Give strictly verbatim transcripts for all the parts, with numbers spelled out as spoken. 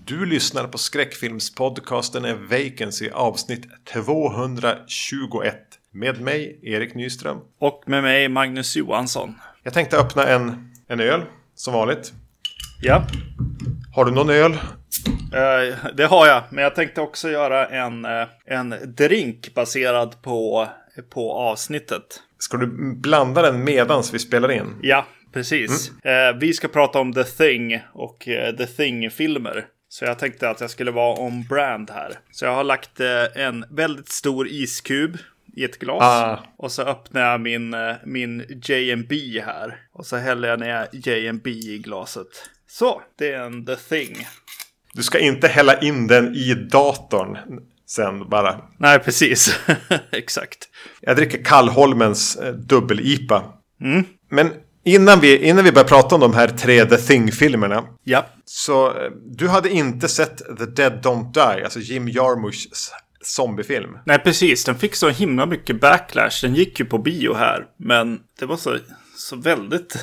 Du lyssnar på skräckfilmspodcasten Vacancy avsnitt tvåhundratjugoett med mig, Erik Nyström. Och med mig, Magnus Johansson. Jag tänkte öppna en, en öl, som vanligt. Ja. Har du någon öl? Uh, det har jag, men jag tänkte också göra en, uh, en drink baserad på, på avsnittet. Ska du blanda den medans vi spelar in? Ja, precis. Mm. Uh, vi ska prata om The Thing och uh, The Thing-filmer. Så jag tänkte att jag skulle vara on brand här. Så jag har lagt uh, en väldigt stor iskub i ett glas. Ah. Och så öppnar jag min, uh, min J and B här. Och så häller jag ner J and B i glaset. Så, det är en The Thing. Du ska inte hälla in den i datorn sen bara. Nej, precis. Exakt. Jag dricker Kallholmens eh, dubbel-I P A. Mm. Men innan vi, innan vi börjar prata om de här tre The Thing-filmerna. Ja. Så eh, du hade inte sett The Dead Don't Die, alltså Jim Jarmuschs zombiefilm. Nej, precis. Den fick så himla mycket backlash. Den gick ju på bio här. Men det var så... Så väldigt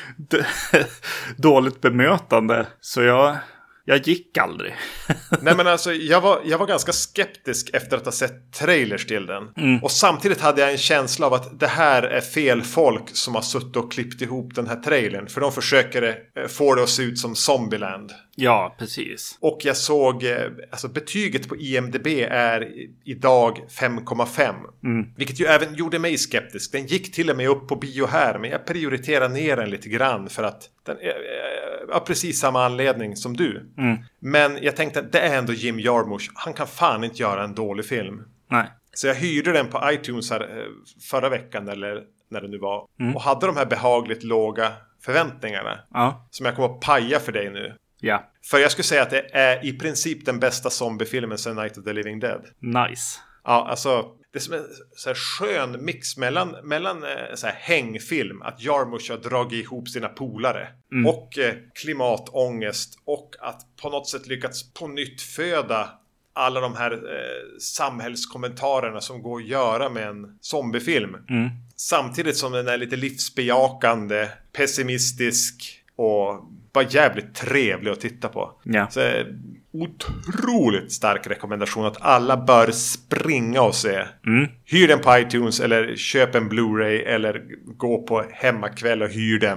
dåligt bemötande. Så jag, jag gick aldrig. Nej, men alltså jag var, jag var ganska skeptisk efter att ha sett trailers till den. Mm. Och samtidigt hade jag en känsla av att det här är fel folk som har suttit och klippt ihop den här trailern. För de försöker få det att se ut som Zombieland. Ja, precis. Och jag såg, alltså betyget på I M D B är idag fem komma fem. Mm. Vilket ju även gjorde mig skeptisk. Den gick till och med upp på bio här, men jag prioriterar ner den lite grann för att den är av precis samma anledning som du. Mm. Men jag tänkte att det är ändå Jim Jarmusch. Han kan fan inte göra en dålig film. Nej. Så jag hyrde den på iTunes här förra veckan eller när det nu var. Mm. Och hade de här behagligt låga förväntningarna. Ja. Som jag kommer att paja för dig nu. Ja. För jag skulle säga att det är i princip den bästa zombiefilmen sedan Night of the Living Dead. Nice. Ja, alltså det är som en så här skön mix mellan, mellan så här hängfilm, att Jarmusch har dragit ihop sina polare, mm. och eh, klimatångest, och att på något sätt lyckats på nytt föda alla de här eh, samhällskommentarerna som går att göra med en zombiefilm. Mm. Samtidigt som den är lite livsbejakande, pessimistisk och bara jävligt trevlig att titta på. Ja. Så otroligt stark rekommendation att alla bör springa och se. Mm. Hyr den på iTunes eller köp en Blu-ray eller gå på hemmakväll och hyr den.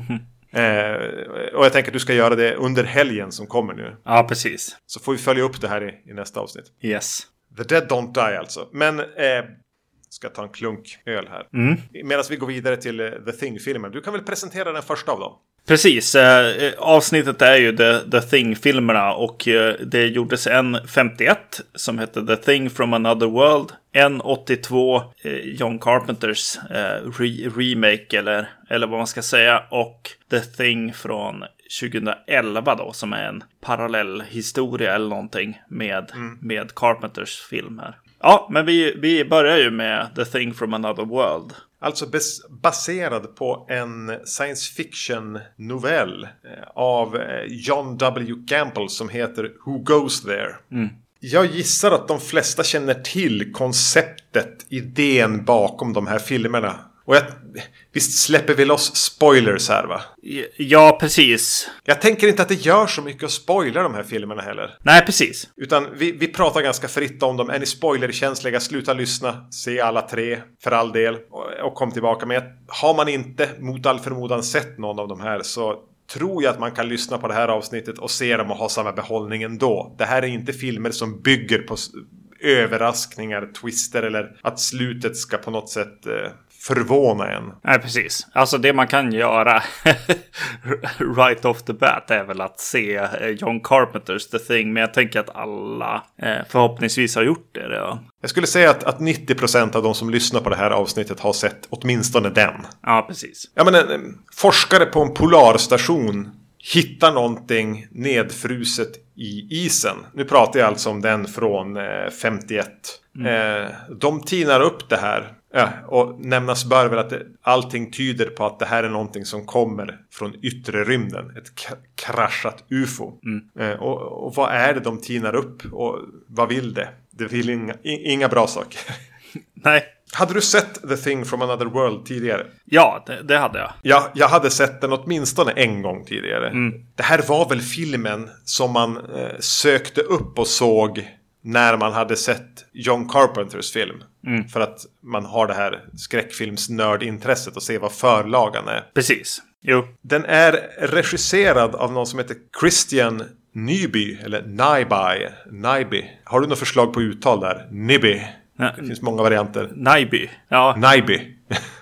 eh, och jag tänker att du ska göra det under helgen som kommer nu. Ja, precis. Så får vi följa upp det här i, i nästa avsnitt. Yes. The Dead Don't Die alltså. Men... Eh, ska ta en klunk öl här. Mm. Medan vi går vidare till uh, The Thing-filmen. Du kan väl presentera den första av dem? Precis. Eh, avsnittet är ju The, The Thing-filmerna. Och eh, det gjordes en femtioett som hette The Thing from Another World. En åttiotvå eh, John Carpenters eh, re- remake eller, eller vad man ska säga. Och The Thing från tjugoelva då, som är en parallell historia eller någonting med, mm. med Carpenters film här. Ja, men vi, vi börjar ju med The Thing from Another World. Alltså bas- baserad på en science fiction novell eh, av eh, John W. Campbell som heter Who Goes There? Mm. Jag gissar att de flesta känner till konceptet, idén bakom de här filmerna. Och jag, visst släpper vi loss spoilers här, va? Ja, precis. Jag tänker inte att det gör så mycket att spoila de här filmerna heller. Nej, precis. Utan vi, vi pratar ganska fritt om dem. Är ni spoilerkänsliga, sluta lyssna. Se alla tre, för all del. Och, och kom tillbaka. Men har man inte mot all förmodan sett någon av de här, så tror jag att man kan lyssna på det här avsnittet och se dem och ha samma behållning ändå. Det här är inte filmer som bygger på överraskningar, twister eller att slutet ska på något sätt eh, förvåna en. Nej, precis. Alltså det man kan göra right off the bat är väl att se John Carpenters The Thing. Men jag tänker att alla eh, förhoppningsvis har gjort det redan. Jag skulle säga att, att nittio procent av de som lyssnar på det här avsnittet har sett åtminstone den. Ja, precis. Ja, men en, en forskare på en polarstation hittar någonting nedfruset i isen. Nu pratar jag alltså om den från eh, femtioett. Mm. Eh, de tinar upp det här. Ja, och nämnas bör väl att det, allting tyder på att det här är någonting som kommer från yttre rymden. Ett k- kraschat U F O. Mm. Eh, och, och vad är det de tinar upp? Och vad vill det? Det vill inga, inga bra saker. Nej, Hade du sett The Thing from Another World tidigare? Ja, det, det hade jag. Ja, jag hade sett den åtminstone en gång tidigare. Mm. Det här var väl filmen som man eh, sökte upp och såg när man hade sett John Carpenters film. Mm. För att man har det här skräckfilmsnördintresset och se vad förlagan är. Precis. Jo. Den är regisserad av någon som heter Christian Nyby, eller Nyby. Nyby. Har du något förslag på uttal där? Nyby. Det finns många varianter. Nyby. Ja. Nyby.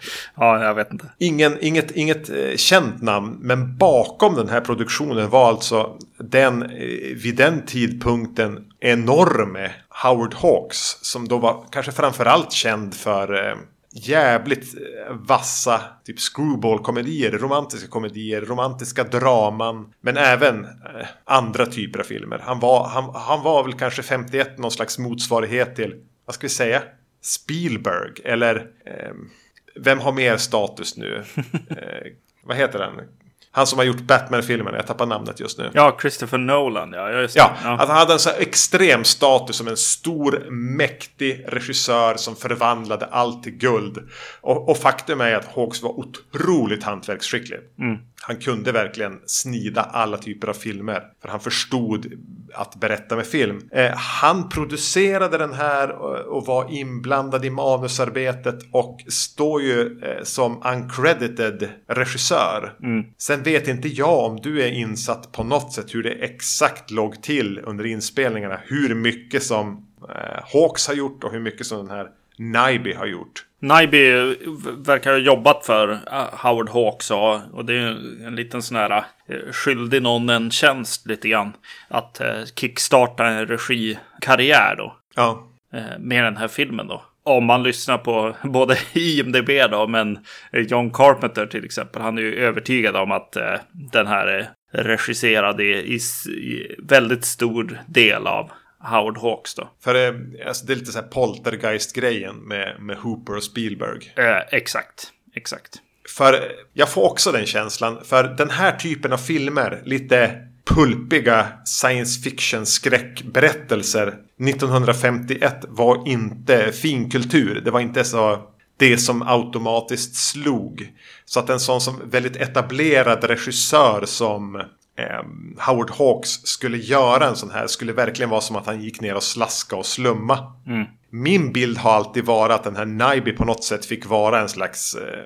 Ja, jag vet inte. Ingen, inget, inget eh, känt namn. Men bakom den här produktionen var alltså den eh, vid den tidpunkten enorme Howard Hawks. Som då var kanske framförallt känd för eh, jävligt eh, vassa typ screwball-komedier, romantiska komedier, romantiska draman. Men även eh, andra typer av filmer. Han var, han, han var väl kanske femtioett någon slags motsvarighet till, vad ska vi säga, Spielberg. Eller eh, vem har mer status nu? eh, vad heter den? Han som har gjort Batman-filmerna, jag tappar namnet just nu. Ja, Christopher Nolan, ja. Just ja, ja. Att han hade en så här extrem status som en stor, mäktig regissör som förvandlade allt till guld. Och, och faktum är att Hawks var otroligt hantverksskicklig. Mm. Han kunde verkligen snida alla typer av filmer. För han förstod att berätta med film. Eh, han producerade den här och, och var inblandad i manusarbetet. Och står ju eh, som uncredited regissör. Mm. Sen vet inte jag om du är insatt på något sätt hur det exakt låg till under inspelningarna. Hur mycket som eh, Hawks har gjort och hur mycket som den här Nyby har gjort. Nyby verkar ha jobbat för Howard Hawks och, och det är en liten sån här eh, skyldig någon en tjänst lite grann att eh, kickstarta en regikarriär då. Ja. Eh, med den här filmen då. Om man lyssnar på både I M D B då, men John Carpenter till exempel, han är ju övertygad om att eh, den här är regisserad i, i, i väldigt stor del av Howard Hawks då. För det, alltså, det är lite så här Poltergeist-grejen med, med Hooper och Spielberg. Eh, exakt, exakt. För jag får också den känslan, för den här typen av filmer, lite pulpiga science fiction skräckberättelser nittonhundrafemtioett var inte finkultur. Det var inte så det som automatiskt slog. Så att en sån som väldigt etablerad regissör som eh, Howard Hawks skulle göra en sån här skulle verkligen vara som att han gick ner och slaska och slumma. Mm. Min bild har alltid varit att den här Nyby på något sätt fick vara en slags eh,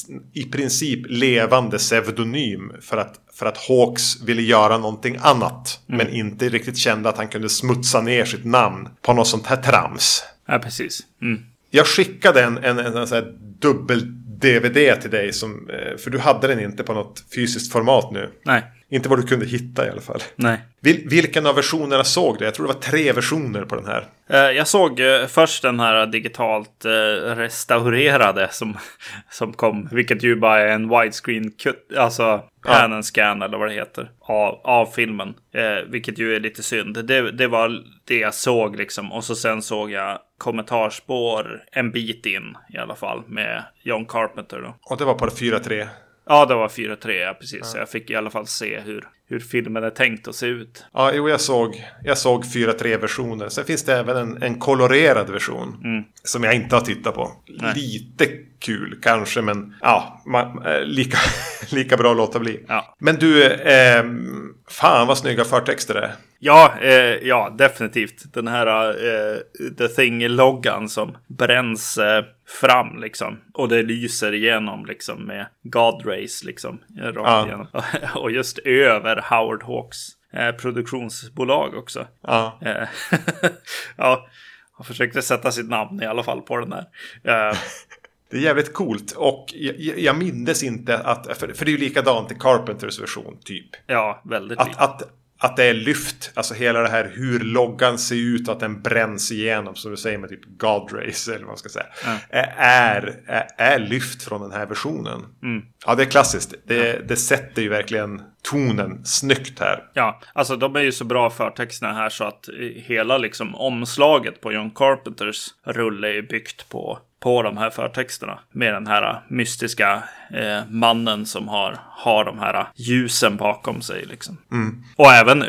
i princip levande pseudonym för att, för att Hawks ville göra någonting annat. Mm. Men inte riktigt kände att han kunde smutsa ner sitt namn på något sånt här trams. Ja, precis. Mm. Jag skickade en, en, en, en sån här dubbel-D V D till dig som, för du hade den inte på något fysiskt format nu. Nej. Inte vad du kunde hitta i alla fall. Nej. Vil, vilken av versionerna såg du? Jag tror det var tre versioner på den här. Jag såg först den här digitalt restaurerade som, som kom. Vilket ju bara är en widescreen cut, alltså pan and scan eller vad det heter. Av, av filmen. Eh, vilket ju är lite synd. Det, det var det jag såg liksom. Och så sen såg jag kommentarspår en bit in i alla fall. Med John Carpenter då. Och det var på fyra tre. Ja, det var fyra tre, ja, precis. Ja. Så jag fick i alla fall se hur, hur filmen är tänkt att se ut. Ja, jo, jag såg, jag såg fyra tre-versioner. Sen finns det även en, en kolorerad version. Mm. Som jag inte har tittat på. Nej. Lite kul kanske, men ja, man, lika, lika bra att låta bli. Ja. Men du, eh, fan vad snygga förtexter det är. Ja, eh, ja, definitivt. Den här eh, The Thing-loggan som bränns eh, fram liksom. Och det lyser igenom liksom med God Rays liksom. Rakt ja. igenom. Och just över Howard Hawks eh, produktionsbolag också. Ja. Eh, ja, han försökte sätta sitt namn i alla fall på den här. Eh, Det är jävligt coolt. Och jag, jag minns inte att, för, för det är ju likadant i Carpenters version typ. Ja, väldigt att, att, att det är lyft. Alltså hela det här hur loggan ser ut. Att den bränns igenom. Som du säger med typ God Rays eller vad man ska säga. Mm. Är, är, är lyft från den här versionen. Mm. Ja, det är klassiskt. Det, ja. det sätter ju verkligen tonen snyggt här. Ja, alltså de är ju så bra förtexterna här. Så att hela liksom omslaget på John Carpenters rulle är byggt på... på de här förtexterna. Med den här mystiska eh, mannen som har, har de här ljusen bakom sig. Liksom. Mm. Och även,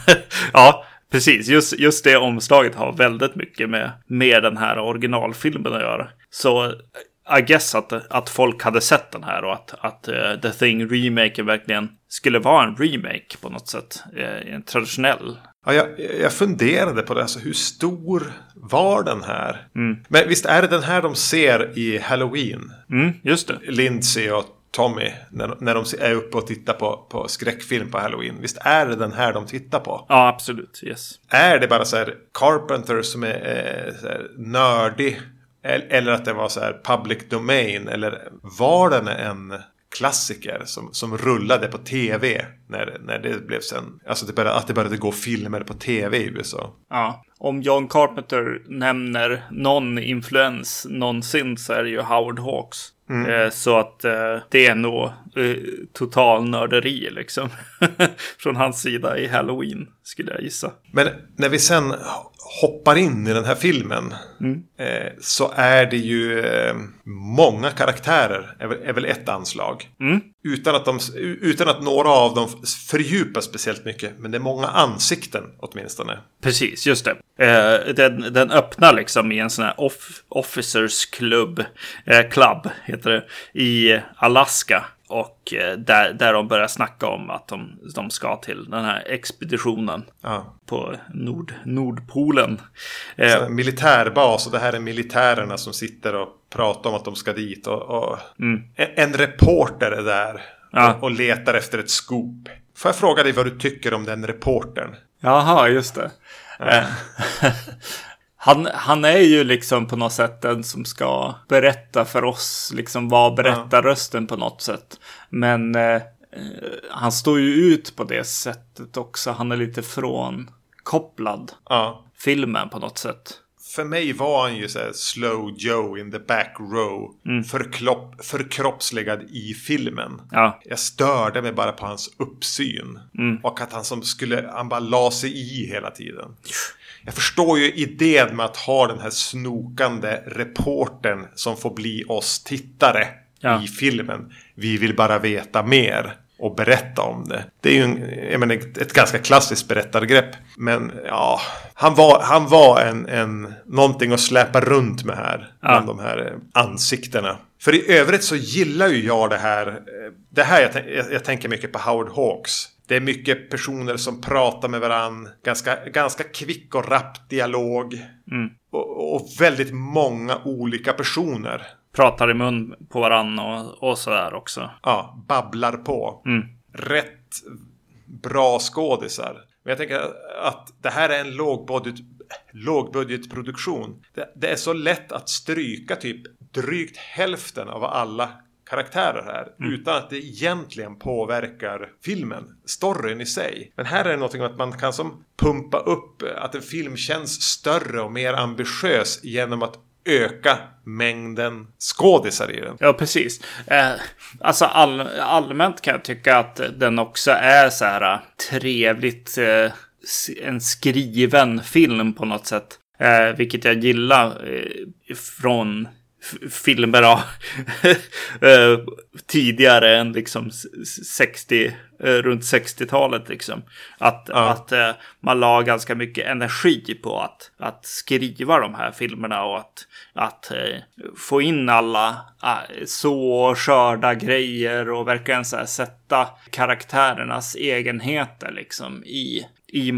ja precis, just, just det omslaget har väldigt mycket med, med den här originalfilmen att göra. så I guess att, att folk hade sett den här och att, att uh, The Thing-remaken verkligen skulle vara en remake på något sätt. Uh, en traditionell. Ja, jag, jag funderade på det. Alltså, hur stor var den här? Mm. Men visst är det den här de ser i Halloween? Mm, just det. Lindsay och Tommy, när, när de är uppe och tittar på, på skräckfilm på Halloween. Visst är det den här de tittar på? Ja, absolut. Yes. Är det bara så här Carpenter som är eh, så här nördig? Eller att det var så här public domain? Eller var den en klassiker som, som rullade på tv när, när det blev sen? Alltså det började, att det började gå filmer på tv i U S A. Ja, om John Carpenter nämner någon influens någonsin så är det ju Howard Hawks. Mm. Eh, så att eh, det är nog eh, total nörderi liksom. Från hans sida i Halloween skulle jag gissa. Men när vi sen hoppar in i den här filmen mm. eh, så är det ju eh, många karaktärer är väl, är väl ett anslag. Mm. Utan, att de, utan att några av dem fördjupas speciellt mycket. Men det är många ansikten åtminstone. Precis, just det. Eh, den, den öppnar liksom i en sån här off, officers club, eh, club heter det, i Alaska. Och eh, där, där de börjar snacka om att de, de ska till den här expeditionen ja. på nord, Nordpolen. Eh, militärbas, och det här är militärerna som sitter och pratar om att de ska dit. Och, och mm. en, en reporter är där ja. och, och letar efter ett scoop. Får jag fråga dig vad du tycker om den reportern? Jaha, just det. Ja. Han, han är ju liksom på något sätt den som ska berätta för oss, liksom vara berättarrösten ja. på något sätt. Men eh, han står ju ut på det sättet också. Han är lite frånkopplad ja. filmen på något sätt. För mig var han ju så här slow Joe in the back row. Mm. Förkropp, förkroppsligad i filmen. Ja. Jag störde mig bara på hans uppsyn. Mm. Och att han som skulle, han bara la sig i hela tiden. Jag förstår ju idén med att ha den här snokande reportern som får bli oss tittare ja. i filmen. Vi vill bara veta mer och berätta om det. Det är ju en, jag menar, ett, ett ganska klassiskt berättargrepp. Men ja, han var, han var en, en, någonting att släpa runt med här. Ja. Bland de här ansiktena. För i övrigt så gillar ju jag det här. Det här jag, jag, jag tänker mycket på Howard Hawks. Det är mycket personer som pratar med varann. Ganska, ganska kvick och rapp dialog. Mm. Och, och väldigt många olika personer. Pratar i mun på varann och, och sådär också. Ja, babblar på. Mm. Rätt bra skådisar. Men jag tänker att det här är en lågbudget, lågbudgetproduktion. Det, det är så lätt att stryka typ drygt hälften av alla karaktärer här. Mm. Utan att det egentligen påverkar filmen. Storyn i sig. Men här är det någonting att man kan som pumpa upp. Att en film känns större och mer ambitiös genom att öka mängden skådisar i den. Ja, precis. Eh, alltså all, allmänt kan jag tycka att den också är så här trevligt eh, en skriven film på något sätt. Eh, vilket jag gillar eh, från f- filmer av eh, tidigare än liksom sextio eh, runt sextiotalet liksom. Att, ja. att eh, man la ganska mycket energi på att, att skriva de här filmerna och att, att eh, få in alla eh, så skörda grejer och verkligen så här, sätta karaktärernas egenheter liksom i i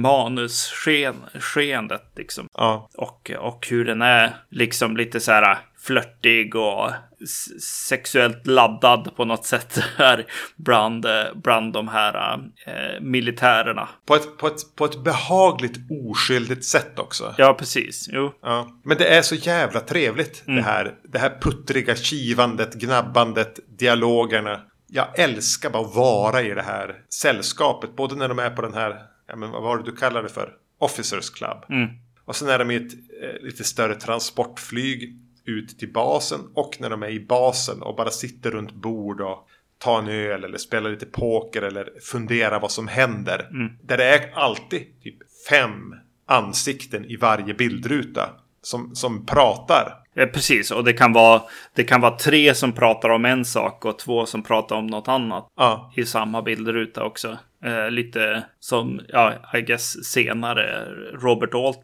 manusskenet liksom. Ja. Och, och hur den är liksom lite så här flörtig och s- sexuellt laddad på något sätt här bland, bland de här eh, militärerna. På ett, på, ett, på ett behagligt oskyldigt sätt också. Ja, precis. Jo. Ja. Men det är så jävla trevligt mm. det här. Det här puttriga kivandet, gnabbandet, dialogerna. Jag älskar bara att vara i det här sällskapet. Både när de är på den här, ja, men vad var det du kallar det för? Officers Club. Mm. Och sen är de i ett eh, lite större transportflyg ut till basen. Och när de är i basen och bara sitter runt bord och tar en öl eller spelar lite poker eller funderar vad som händer. Mm. Där det är alltid typ fem ansikten i varje bildruta som, som pratar. Ja, precis, och det kan, vara, det kan vara tre som pratar om en sak och två som pratar om något annat ja. i samma bildruta också. Eh, lite som, ja, I guess senare Robert Altman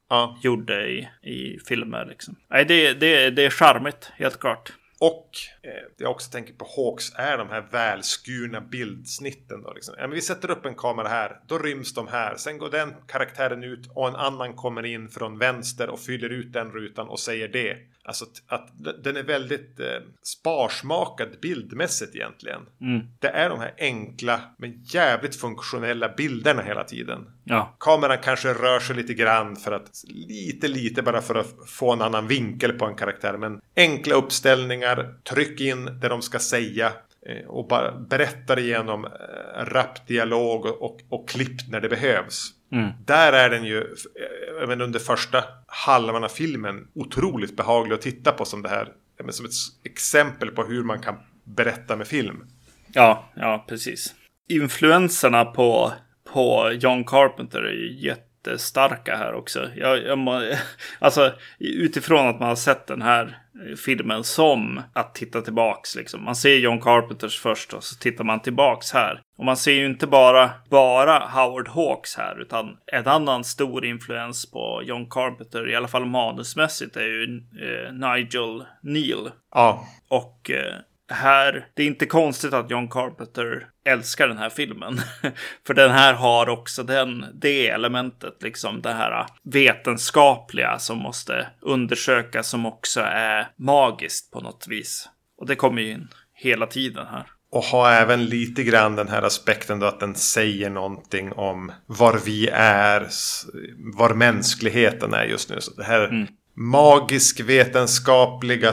ja. gjorde i, i filmer. Liksom. Nej, det, det, det är charmigt, helt klart. Och eh, jag också tänker på Hawks är de här välskurna bildsnitten. Då, liksom. ja, men vi sätter upp en kamera här, då ryms de här. Sen går den karaktären ut och en annan kommer in från vänster och fyller ut den rutan och säger det. Alltså att den är väldigt eh, sparsmakad bildmässigt egentligen. Mm. Det är de här enkla men jävligt funktionella bilderna hela tiden. Ja. Kameran kanske rör sig lite grann för att lite lite bara för att få en annan vinkel på en karaktär. Men enkla uppställningar, tryck in det de ska säga eh, och bara berättar igenom eh, rapp dialog och, och, och klipp när det behövs. Mm. Där är den ju även under första halvan av filmen otroligt behaglig att titta på som det här, som ett exempel på hur man kan berätta med film. Ja, ja, precis. Influenserna på, på John Carpenter är ju jättestarka här också. Jag, jag må, alltså utifrån att man har sett den här filmen som att titta tillbaks liksom. Man ser John Carpenters först och så tittar man tillbaks här. Och man ser ju inte bara, bara Howard Hawks här, utan en annan stor influens på John Carpenter, i alla fall manusmässigt, är ju eh, Nigel Neal. Ja. Och eh, här, det är inte konstigt att John Carpenter älskar den här filmen. För den här har också den, det elementet, liksom det här vetenskapliga som måste undersökas, som också är magiskt på något vis. Och det kommer ju in hela tiden här. Och har även lite grann den här aspekten då att den säger någonting om var vi är, var mänskligheten är just nu. Så det här mm. magisk vetenskapliga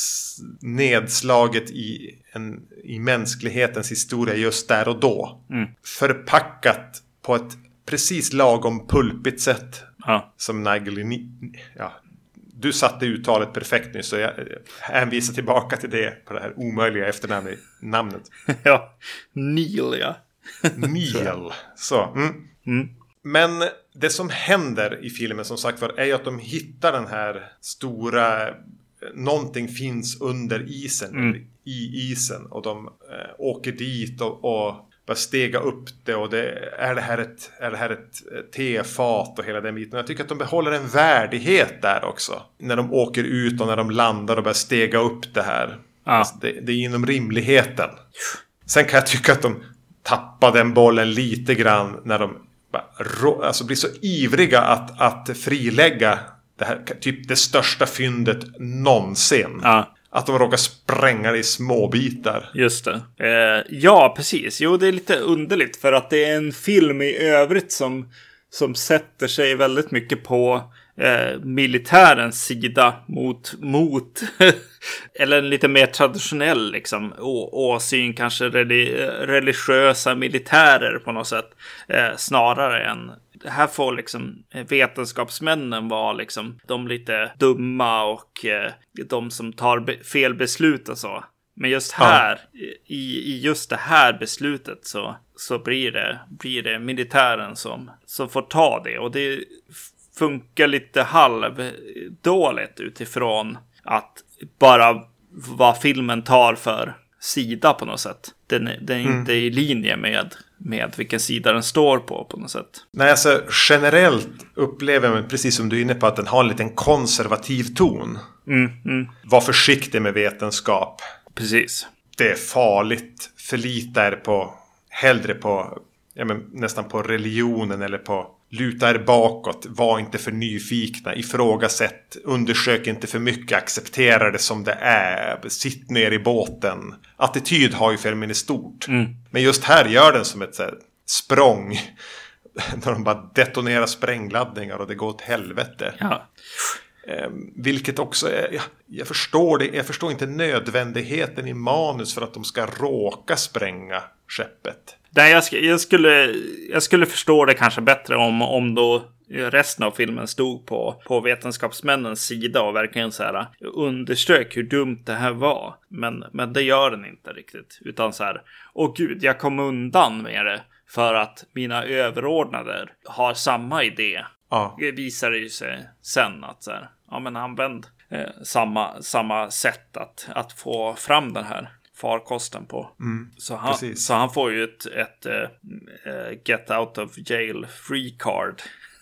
nedslaget i, en, i mänsklighetens historia just där och då. Mm. Förpackat på ett precis lagom pulpigt sätt. Ja. Som Nigel, ja, du satte uttalet perfekt nu, så jag hänvisar tillbaka till det på det här omöjliga efternamnet. Namnet. Ja, Neil, ja. Neil, så. Mm. Mm. Men det som händer i filmen, som sagt var, är ju att de hittar den här stora, någonting finns under isen, mm. i isen, och de äh, åker dit och, och bara stega upp det, och det är det här ett, är det här ett tefat och hela den biten. Jag tycker att de behåller en värdighet där också. När de åker ut och när de landar och börjar stega upp det här. Ja. Alltså det, det är inom rimligheten. Sen kan jag tycka att de tappar den bollen lite grann när de bara, alltså blir så ivriga att, att frilägga det här, typ det största fyndet någonsin. Ja. Att de råkar spränga det i små bitar. Just det. Eh, ja, precis. Jo, det är lite underligt. För att det är en film i övrigt som, som sätter sig väldigt mycket på eh, militärens sida mot, mot eller en lite mer traditionell liksom, å, åsyn, kanske relig, religiösa militärer på något sätt. Eh, snarare än... Här får liksom vetenskapsmännen vara liksom de lite dumma och eh, de som tar be- fel beslut och så. Men just här, ja. i, i just det här beslutet så, så blir, det, blir det militären som, som får ta det. Och det funkar lite halvdåligt utifrån att bara vad filmen tar för sida på något sätt. Den, den är mm. inte i linje med, med vilken sida den står på på något sätt. Nej, alltså generellt upplever man, precis som du är inne på, att den har en liten konservativ ton. Mm, mm. Var försiktig med vetenskap. Precis. Det är farligt. Förlita er på, hellre på, ja, men, nästan på religionen eller på luta er bakåt, var inte för nyfikna, ifrågasätt, undersök inte för mycket, acceptera det som det är, sitt ner i båten. Attityd har ju filmen i stort. Mm. Men just här gör den som ett så här, språng när de bara detonerar sprängladdningar och det går åt helvete. Ja. Eh, vilket också är, ja, jag förstår det, jag förstår inte nödvändigheten i manus för att de ska råka spränga skeppet. Nej, jag, sk- jag, skulle, jag skulle förstå det kanske bättre om, om då resten av filmen stod på, på vetenskapsmännens sida och verkligen så här underströk hur dumt det här var. Men, men det gör den inte riktigt. Utan så här, åh gud, jag kom undan med det för att mina överordnade har samma idé. Ja. Det visar ju sig sen att så här, ja, men använd eh, samma, samma sätt att, att få fram den här farkosten på. Mm, så, han, så han får ju ett, ett uh, get out of jail free card.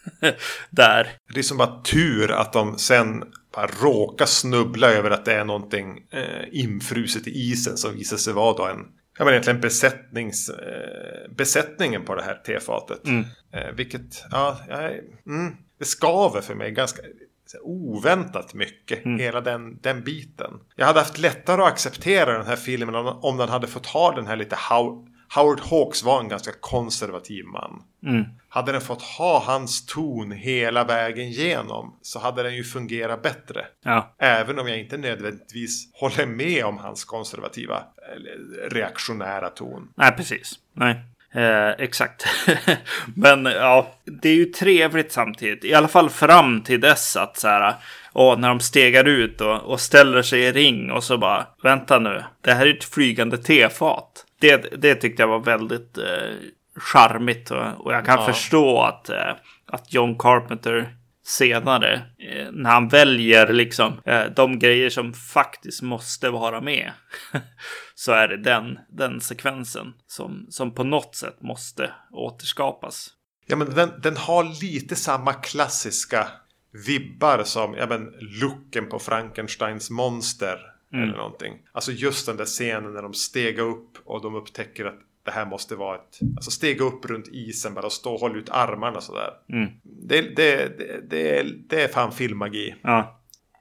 där. Det är som bara tur att de sen bara råkar snubbla över att det är någonting eh, infruset i isen som visar sig vara då en, ja, men egentligen besättnings, eh, besättningen på det här tefatet. Mm. Eh, vilket, ja, jag, mm, det skaver för mig ganska oväntat mycket, mm. hela den, den biten. Jag hade haft lättare att acceptera den här filmen om, om den hade fått ha den här lite How, Howard Hawks var en ganska konservativ man. Mm. Hade den fått ha hans ton hela vägen igenom så hade den ju fungerat bättre. Ja. Även om jag inte nödvändigtvis håller med om hans konservativa reaktionära ton. Nej, precis. Nej. Eh, exakt. Men ja, det är ju trevligt samtidigt. I alla fall fram till dess att så här, och när de stegar ut och, och ställer sig i ring och så bara, vänta nu, det här är ett flygande tefat. Det, det tyckte jag var väldigt eh, charmigt och, och jag kan ja. förstå att, eh, att John Carpenter senare, eh, när han väljer liksom eh, de grejer som faktiskt måste vara med, så är det den, den sekvensen som, som på något sätt måste återskapas. Ja, men den, den har lite samma klassiska vibbar som, ja, men looken på Frankensteins monster mm. eller någonting. Alltså just den där scenen när de stegar upp och de upptäcker att det här måste vara ett... Alltså stega upp runt isen bara och stå och hålla ut armarna sådär. Mm. Det, det, det, det, är, det är fan filmmagi. Ja.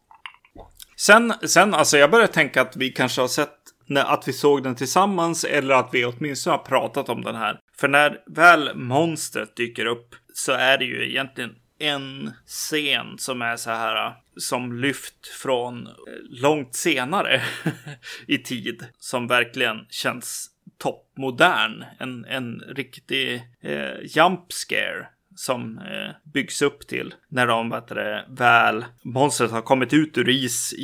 Sen, sen, alltså jag började tänka att vi kanske har sett när, att vi såg den tillsammans eller att vi åtminstone har pratat om den här. För när väl monstret dyker upp så är det ju egentligen en scen som är så här som lyft från långt senare i tid som verkligen känns toppmodern. En, en riktig eh, jump scare som eh, byggs upp till när de vet det, väl monstret har kommit ut ur is,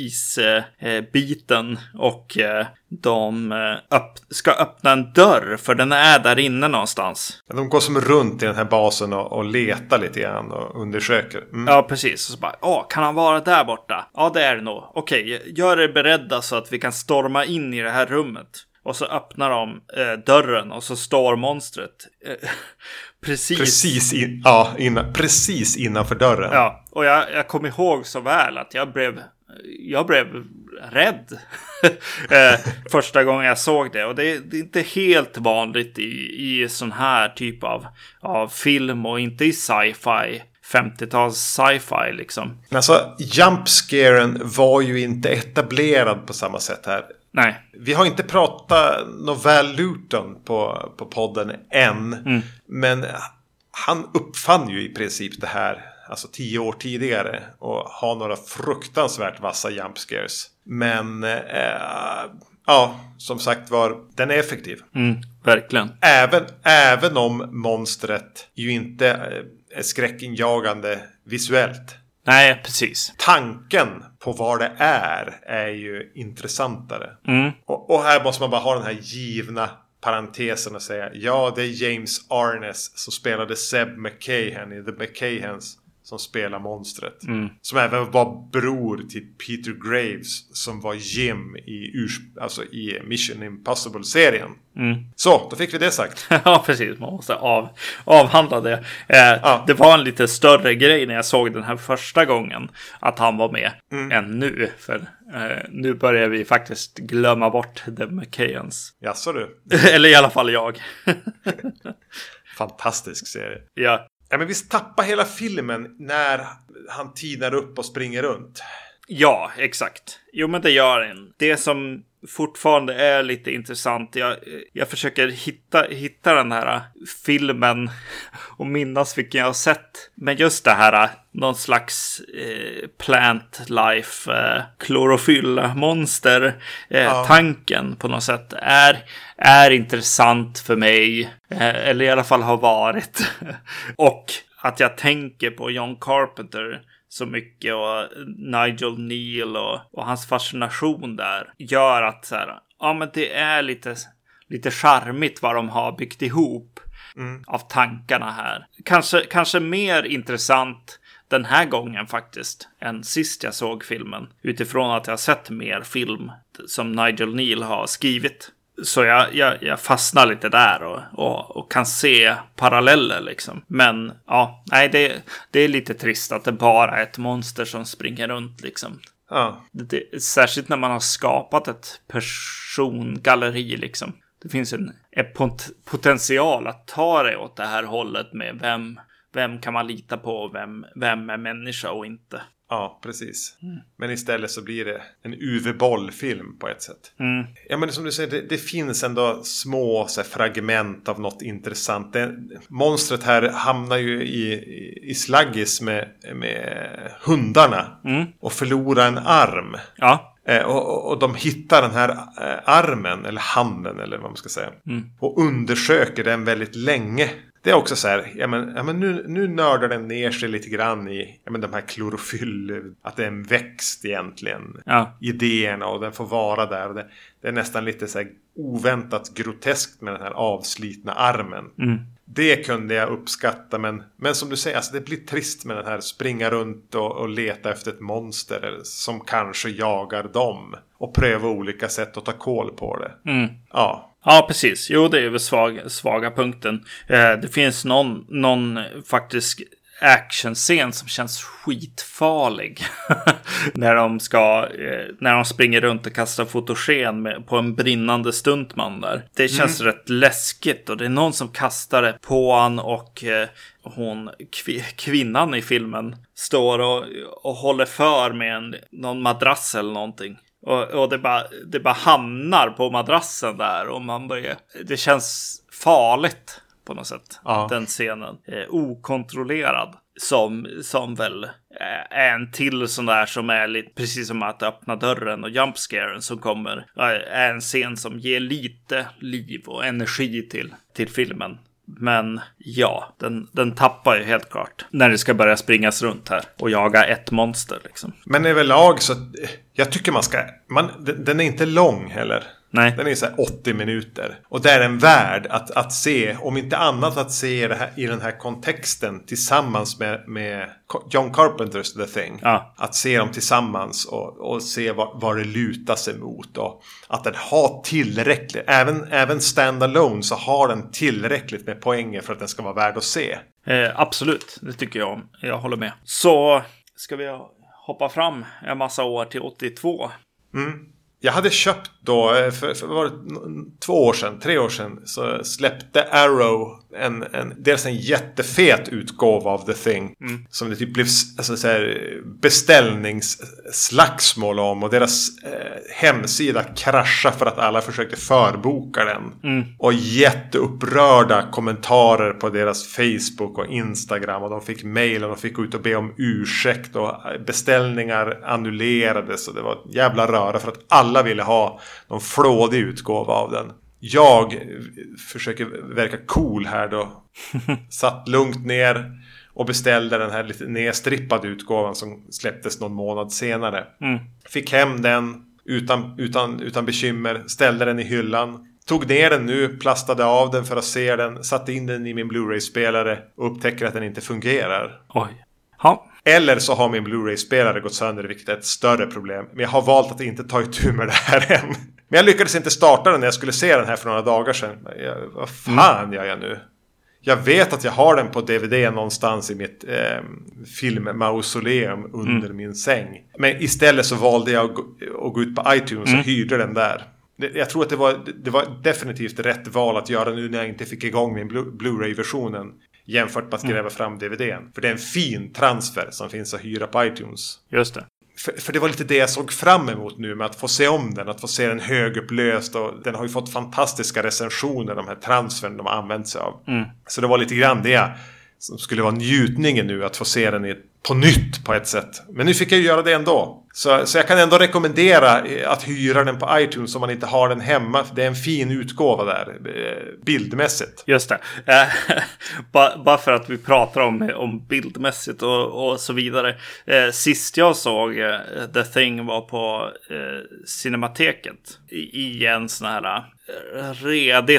isbiten eh, och eh, de eh, upp, ska öppna en dörr för den är där inne någonstans. De går som runt i den här basen och, och letar lite grann och undersöker. Mm. Ja, precis. Och så bara, åh, kan han vara där borta? Ja, det är det nog. Okej, gör er beredda så att vi kan storma in i det här rummet. Och så öppnar de eh, dörren och så står monstret eh, precis, precis, in, ja, innan, precis innanför dörren. Ja, och jag, jag kom ihåg så väl att jag blev, jag blev rädd eh, första gången jag såg det. Och det, det är inte helt vanligt i, i sån här typ av, av film och inte i sci-fi. femtio-tals sci-fi liksom. Alltså, jumpscaren var ju inte etablerad på samma sätt här. Nej. Vi har inte pratat Val Luton på, på podden än. Mm. Men han uppfann ju i princip det här alltså tio år tidigare och har några fruktansvärt vassa jumpscares. Men eh, ja, som sagt var, den är effektiv. Mm, verkligen. Även, även om monstret ju inte är skräckinjagande visuellt. Nej, precis. Tanken på vad det är är ju intressantare. Mm. Och, och här måste man bara ha den här givna parentesen och säga ja, det är James Arness som spelade Seb McCahan i The McCahans som spelar monstret. Mm. Som även var bror till Peter Graves som var Jim i, urs- alltså i Mission Impossible-serien. Mm. Så, då fick vi det sagt. Ja, precis. Man måste av, avhandla det. Eh, ja. Det var en lite större grej när jag såg den här första gången att han var med mm. än nu. För eh, nu börjar vi faktiskt glömma bort The McCahans. Jaså du? Eller i alla fall jag. Fantastisk serie. Ja. Ja, men visst tappar hela filmen när han tinar upp och springer runt. Ja, exakt. Jo, men det gör den. Det som fortfarande är lite intressant. Jag, jag försöker hitta, hitta den här filmen och minnas vilken jag har sett. Men just det här, någon slags eh, plant life, eh, klorofyllmonster eh, ja. tanken på något sätt är, är intressant för mig. Eh, eller i alla fall har varit. Och att jag tänker på John Carpenter så mycket och Nigel Neal och, och hans fascination där gör att så här, ja, men det är lite, lite charmigt vad de har byggt ihop mm. av tankarna här. Kanske, kanske mer intressant den här gången faktiskt än sist jag såg filmen. Utifrån att jag har sett mer film som Nigel Neal har skrivit. så jag, jag, jag fastnar lite där och, och, och kan se paralleller liksom. Men ja, nej, det, det är lite trist att det bara är ett monster som springer runt liksom. Ja. Det, särskilt när man har skapat ett persongalleri liksom. Det finns en, en pot- potential att ta det åt det här hållet med vem, vem kan man lita på och vem, vem är människa och inte. Ja, precis. Mm. Men istället så blir det en U V-bollfilm på ett sätt. Mm. Ja, men som du säger, det, det finns ändå små så här, fragment av något intressant. Det, monstret här hamnar ju i, i, i slaggis med, med hundarna mm. och förlorar en arm. Ja. Eh, och, och de hittar den här eh, armen, eller handen, eller vad man ska säga. Mm. Och undersöker den väldigt länge. Det är också så här, ja men, ja men nu, nu nördar den ner sig lite grann i ja men de här klorofyll, att det är en växt egentligen. Ja. Idéerna och den får vara där. Och det, det är nästan lite så här oväntat groteskt med den här avslitna armen. Mm. Det kunde jag uppskatta, men, men som du säger, alltså det blir trist med den här springa runt och, och leta efter ett monster som kanske jagar dem. Och pröva olika sätt att ta koll på det. Mm. Ja. Ja, precis. Jo, det är väl svag, svaga punkten. Eh, det finns någon, någon faktisk actionscen som känns skitfarlig. när de ska eh, när de springer runt och kastar fotogen med, på en brinnande stuntman där. Det känns mm. rätt läskigt, och det är någon som kastar det på han, och eh, hon kv- kvinnan i filmen står och, och håller för med en, någon madrass eller någonting. Och, och det, bara, det bara hamnar på madrassen där, och man börjar, det känns farligt på något sätt, ja. Den scenen. Eh, okontrollerad. Som, som väl är en till sån där som är lite, precis som att öppna dörren och jumpscaren som kommer. Är en scen som ger lite liv och energi till, till filmen. Men ja, den, den tappar ju helt klart när det ska börja springas runt här och jaga ett monster liksom. Men överlag så, jag tycker man ska, man, den är inte lång heller. Nej. Den är så här åttio minuter. Och det är en värld att, att se, om inte annat att se det här, i den här kontexten tillsammans med, med John Carpenters The Thing. Ja. Att se dem tillsammans och, och se vad, vad det lutar sig mot. Och att den har tillräckligt, även, även stand-alone så har den tillräckligt med poänger för att den ska vara värd att se. Eh, absolut, det tycker jag. Jag håller med. Så ska vi hoppa fram en massa år till åttiotvå. Mm. Jag hade köpt då, för, för var det två år sedan, tre år sedan, så släppte Arrow en, en, dels en jättefet utgåva av The Thing. Mm. Som det typ blev alltså, så här, beställningsslagsmål om, och deras eh, hemsida kraschade för att alla försökte förboka den. Mm. Och jätteupprörda kommentarer på deras Facebook och Instagram, och de fick mejl och de fick gå ut och be om ursäkt, och beställningar annullerades, och det var ett jävla röra för att alla Alla ville ha någon flådig utgåva av den. Jag försöker verka cool här då. Satt lugnt ner och beställde den här lite nedstrippade utgåvan som släpptes någon månad senare. Mm. Fick hem den utan, utan, utan bekymmer. Ställde den i hyllan. Tog ner den nu, plastade av den för att se den. Satte in den i min Blu-ray-spelare och upptäcker att den inte fungerar. Oj. Ja. Eller så har min Blu-ray-spelare gått sönder, vilket är ett större problem. Men jag har valt att inte ta itu med det här än. Men jag lyckades inte starta den när jag skulle se den här för några dagar sedan. Jag, vad fan mm. gör jag nu? Jag vet att jag har den på D V D någonstans i mitt eh, filmmausoleum under mm. min säng. Men istället så valde jag att gå, att gå ut på iTunes mm. och hyrde den där. Jag tror att det var, det var definitivt rätt val att göra nu när jag inte fick igång min Blu-ray-versionen. Jämfört med att gräva mm. fram D V D:n. För det är en fin transfer som finns att hyra på iTunes. Just det. För, för det var lite det jag såg fram emot nu, med att få se om den. Att få se den högupplöst. Och den har ju fått fantastiska recensioner, de här transfern de har använt sig av. Mm. Så det var lite grann det som skulle vara njutningen nu, att få se den i, på nytt på ett sätt. Men nu fick jag ju göra det ändå. Så, så jag kan ändå rekommendera att hyra den på iTunes om man inte har den hemma. Det är en fin utgåva där, bildmässigt. Just det. Eh, bara, bara för att vi pratar om, om bildmässigt och, och så vidare. Eh, sist jag såg eh, The Thing var på eh, Cinemateket. I, i en sån här eh, redigt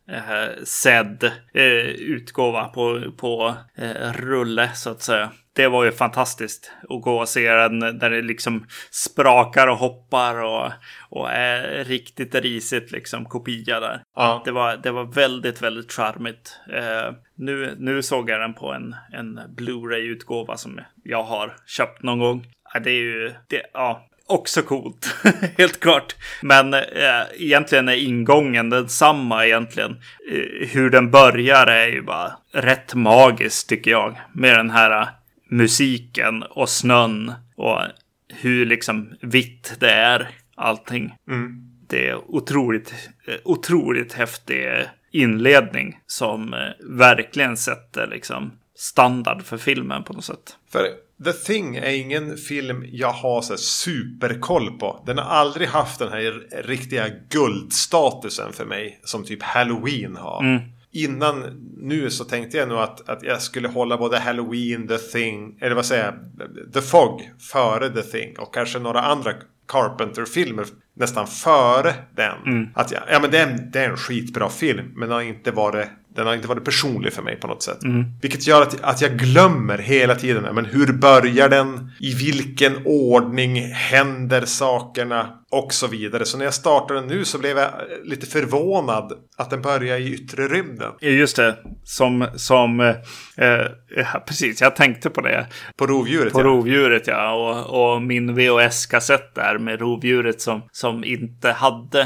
eh, sedd eh, utgåva på, på eh, rulle så att säga. Det var ju fantastiskt att gå och se den där det liksom sprakar och hoppar och, och är riktigt risigt liksom kopia där. Ja. Det var, det var väldigt, väldigt charmigt. Eh, nu, nu såg jag den på en, en Blu-ray-utgåva som jag har köpt någon gång. Ja, det är ju, det, ja, också coolt, helt klart. Men eh, egentligen är ingången densamma egentligen. Eh, hur den börjar är ju bara rätt magiskt tycker jag. Med den här musiken och snön och hur liksom vitt det är allting. Mm. Det är otroligt, otroligt häftig inledning som verkligen sätter liksom standard för filmen på något sätt. För The Thing är ingen film jag har så superkoll på. Den har aldrig haft den här riktiga guldstatusen för mig som typ Halloween har. Mm. Innan nu så tänkte jag nog att, att jag skulle hålla både Halloween, The Thing, eller vad säger jag, The Fog före The Thing och kanske några andra Carpenter-filmer nästan före den. Mm. Att jag, ja men det är, det är en skitbra film, men den har inte varit, den har inte varit personlig för mig på något sätt. Mm. Vilket gör att, att jag glömmer hela tiden, men hur börjar den? I vilken ordning händer sakerna? Och så vidare. Så när jag startade den nu så blev jag lite förvånad att den börjar i yttre rymden. Just det. Som, som eh, ja, precis, jag tänkte på det. På rovdjuret, På ja. rovdjuret, ja. Och, och min V H S-kassett där med rovdjuret som, som inte hade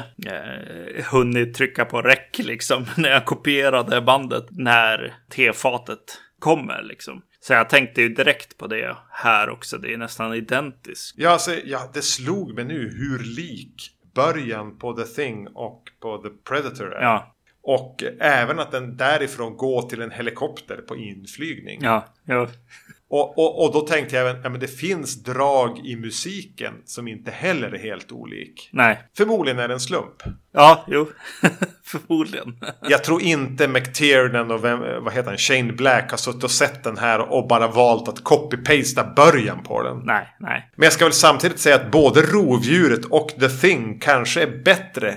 eh, hunnit trycka på räck liksom. När jag kopierade bandet när tefatet kommer liksom. Så jag tänkte ju direkt på det här också. Det är nästan identiskt. Ja, alltså, ja, det slog mig nu hur lik början på The Thing och på The Predator är. Ja. Och även att den därifrån går till en helikopter på inflygning. Ja, ja. Och, och, och då tänkte jag även, ja, men det finns drag i musiken som inte heller är helt olik. Nej. Förmodligen är det en slump. Ja, jo. Förmodligen. Jag tror inte McTiernan och vem, vad heter han, Shane Black har suttit och sett den här och bara valt att copy-pasta början på den. Nej, nej. Men jag ska väl samtidigt säga att både rovdjuret och The Thing kanske är bättre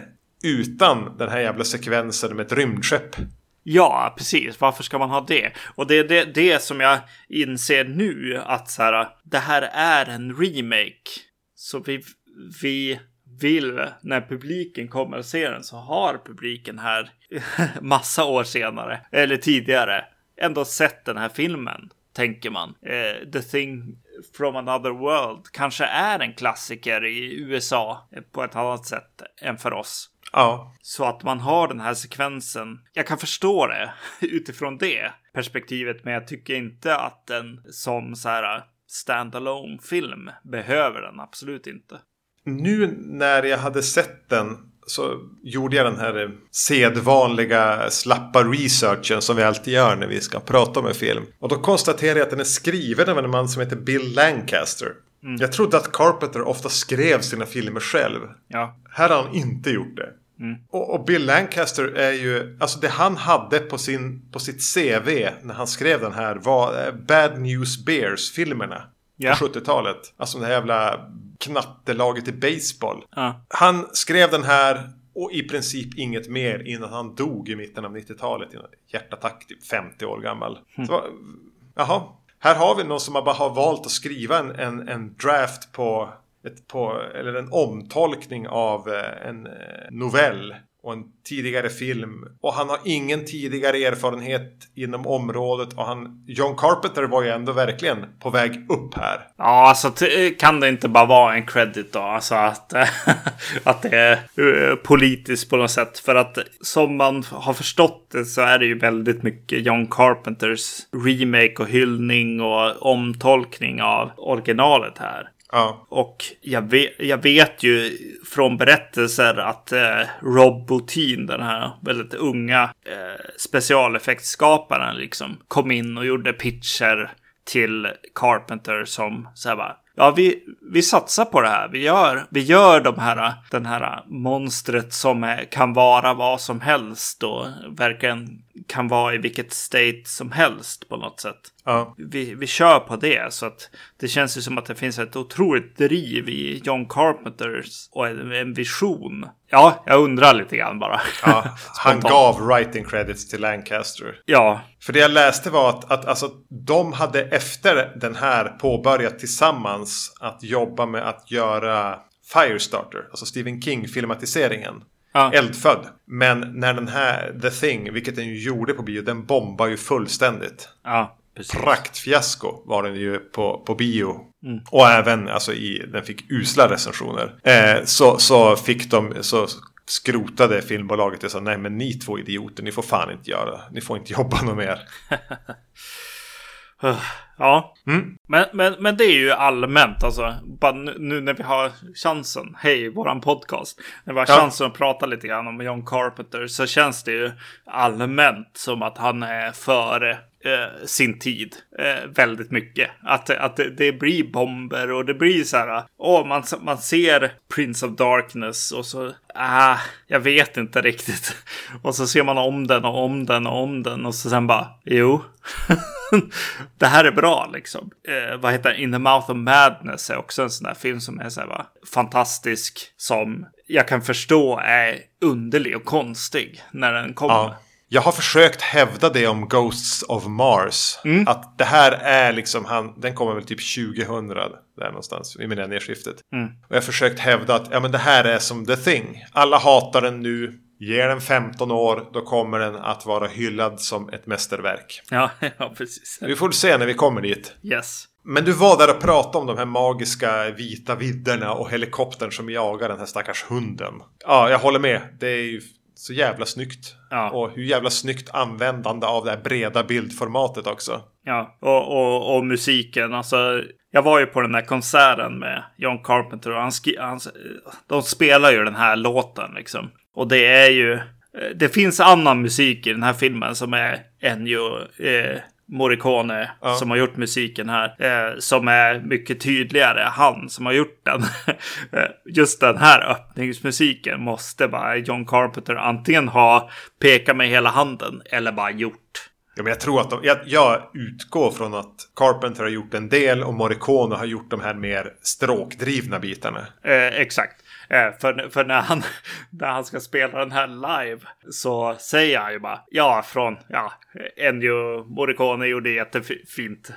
utan den här jävla sekvensen med ett rymdskepp. Ja, precis. Varför ska man ha det? Och det är det, det som jag inser nu att så här, det här är en remake. Så vi, vi vill, när publiken kommer att se den så har publiken här massa år senare, eller tidigare, ändå sett den här filmen, tänker man. Eh, The Thing from Another World kanske är en klassiker i U S A på ett annat sätt än för oss. Ja. Så att man har den här sekvensen. Jag kan förstå det utifrån det perspektivet. Men jag tycker inte att den som så här standalone film behöver den. Absolut inte. Nu när jag hade sett den så gjorde jag den här sedvanliga slappa researchen som vi alltid gör när vi ska prata om en film. Och då konstaterade jag att den är skriven av en man som heter Bill Lancaster. Mm. Jag trodde att Carpenter ofta skrev sina filmer själv. Ja. Här har han inte gjort det. Mm. Och, och Bill Lancaster är ju, alltså det han hade på, sin, på sitt C V när han skrev den här var Bad News Bears-filmerna. Yeah. På sjuttiotalet. Alltså det här jävla knattelaget i baseball. Uh. Han skrev den här och i princip inget mer innan han dog i mitten av nittiotalet. Hjärtattack, typ femtio år gammal. Mm. Så, jaha. Här har vi någon som bara har valt att skriva en, en, en draft på, ett, på, eller en omtolkning av en novell och en tidigare film. Och han har ingen tidigare erfarenhet inom området. Och han, John Carpenter var ju ändå verkligen på väg upp här. Ja, alltså t- kan det inte bara vara en credit då? Alltså att, att det är uh, politiskt på något sätt. För att som man har förstått det så är det ju väldigt mycket John Carpenters remake och hyllning och omtolkning av originalet här. Ja. Och jag vet, jag vet ju från berättelser att eh, Rob Bottin, den här väldigt unga eh, specialeffektskaparen, liksom kom in och gjorde pitcher till Carpenter som så här bara, ja, vi, vi satsar på det här. Vi gör, vi gör de här, den här monstret som är, kan vara vad som helst och verkligen kan vara i vilket state som helst på något sätt. Ja. Vi, vi kör på det, så att det känns ju som att det finns ett otroligt driv i John Carpenters och en, en vision Ja, jag undrar lite grann bara. Ja, han gav writing credits till Lancaster. Ja. För det jag läste var att, att alltså, de hade efter den här påbörjat tillsammans att jobba med att göra Firestarter, alltså Stephen King-filmatiseringen. Ja. Eldfödd. Men när den här The Thing, vilket den ju gjorde på bio, den bombar ju fullständigt. Ja, precis. Praktfiasko var den ju på, på bio. Mm. Och även, alltså i, den fick usla recensioner. Eh, så, så fick de, så skrotade filmbolaget och sa, nej men ni två idioter, ni får fan inte göra, ni får inte jobba något mer. Ja, mm. men, men, men det är ju allmänt alltså, bara nu, nu när vi har chansen, hej, våran podcast, när vi har ja. chansen att prata lite grann om John Carpenter, så känns det ju allmänt som att han är före eh, sin tid eh, väldigt mycket. Att, att det, det blir bomber och det blir så här, åh, man, man ser Prince of Darkness och så, ah, jag vet inte riktigt. Och så ser man om den och om den och om den och så sen bara, jo. Det här är bra liksom. Eh, vad heter In the Mouth of Madness är också en sån där film som är så här, va, fantastisk, som jag kan förstå är underlig och konstig när den kommer. Ja. Jag har försökt hävda det om Ghosts of Mars. Mm. Att det här är liksom, han, den kommer väl typ tjugohundra där någonstans i millennieskiftet. Mm. Och jag har försökt hävda att ja, men det här är som The Thing. Alla hatar den nu. Ger den femton år, då kommer den att vara hyllad som ett mästerverk. Ja, ja, precis. Vi får se när vi kommer dit. Yes. Men du var där och pratade om de här magiska vita vidderna och helikoptern som jagar den här stackars hunden. Ja, jag håller med. Det är ju så jävla snyggt. Ja. Och hur jävla snyggt användande av det här breda bildformatet också. Ja, och, och, och musiken. Alltså, jag var ju på den där konserten med John Carpenter och han, sk- han, de spelar ju den här låten liksom. Och det är ju, det finns annan musik i den här filmen som är Ennio eh, Morricone ja. som har gjort musiken här. Eh, som är mycket tydligare, han som har gjort den. Just den här öppningsmusiken måste bara John Carpenter antingen ha pekat med hela handen eller bara gjort. Ja, men jag tror att de, jag, jag utgår från att Carpenter har gjort en del och Morricone har gjort de här mer stråkdrivna bitarna. Eh, exakt. Eh, för, för när han när han ska spela den här live så säger han ju bara ja, från ja, Ennio Morricone gjorde jättefint.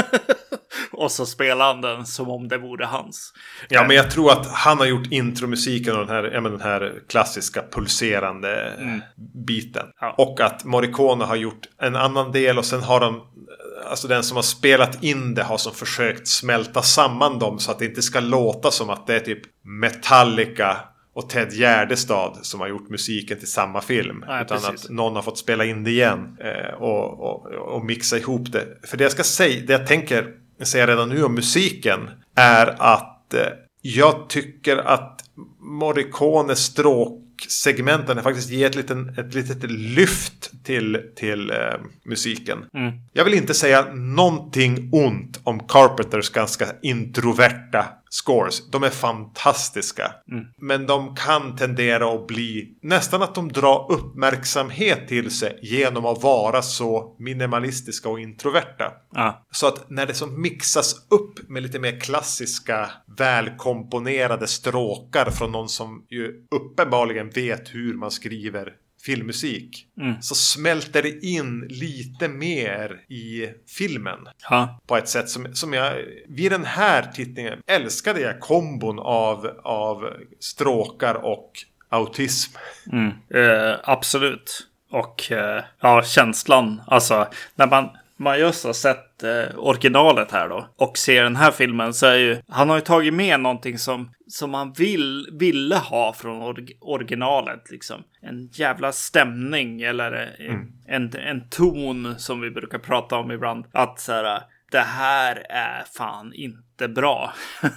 Och så spelar han den som om det vore hans. Ja, men jag tror att han har gjort intromusiken och den här, ja, men den här klassiska pulserande mm. biten. Ja. Och att Morricone har gjort en annan del och sen har de, alltså den som har spelat in det har som försökt smälta samman dem så att det inte ska låta som att det är typ Metallica och Ted Gärdestad som har gjort musiken till samma film. Ja, utan precis. Att någon har fått spela in det igen eh, och, och, och mixa ihop det. För det jag ska säga, det jag tänker säga redan nu om musiken är att eh, jag tycker att Morricones stråksegmenten faktiskt ger ett litet, ett litet lyft till, till eh, musiken. Mm. Jag vill inte säga någonting ont om Carpenters ganska introverta scores. De är fantastiska. Mm. Men de kan tendera att bli nästan att de drar uppmärksamhet till sig genom att vara så minimalistiska och introverta. Ah. Så att när det som mixas upp med lite mer klassiska välkomponerade stråkar från någon som ju uppenbarligen vet hur man skriver filmmusik, mm. så smälter det in lite mer i filmen. Ha. På ett sätt som, som jag vid den här tittningen älskade jag kombon av, av stråkar och autism. Mm. Eh, absolut. Och eh, ja, känslan, alltså när man man just har sett eh, originalet här då och ser den här filmen, så är ju han har ju tagit med någonting som som man vill ville ha från or- originalet liksom. En jävla stämning eller mm. en, en ton som vi brukar prata om ibland, att så här, det här är fan inte bra.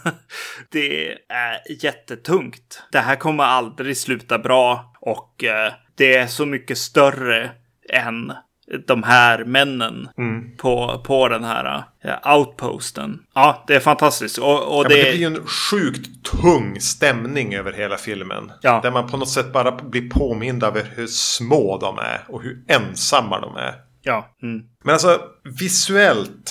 Det är jättetungt. Det här kommer aldrig sluta bra och eh, det är så mycket större än de här männen mm. på, på den här uh, outposten. Ja, det är fantastiskt. Och, och ja, det... det blir ju en sjukt tung stämning över hela filmen. Ja. Där man på något sätt bara blir påmind över hur små de är och hur ensamma de är. Ja. Mm. Men alltså, visuellt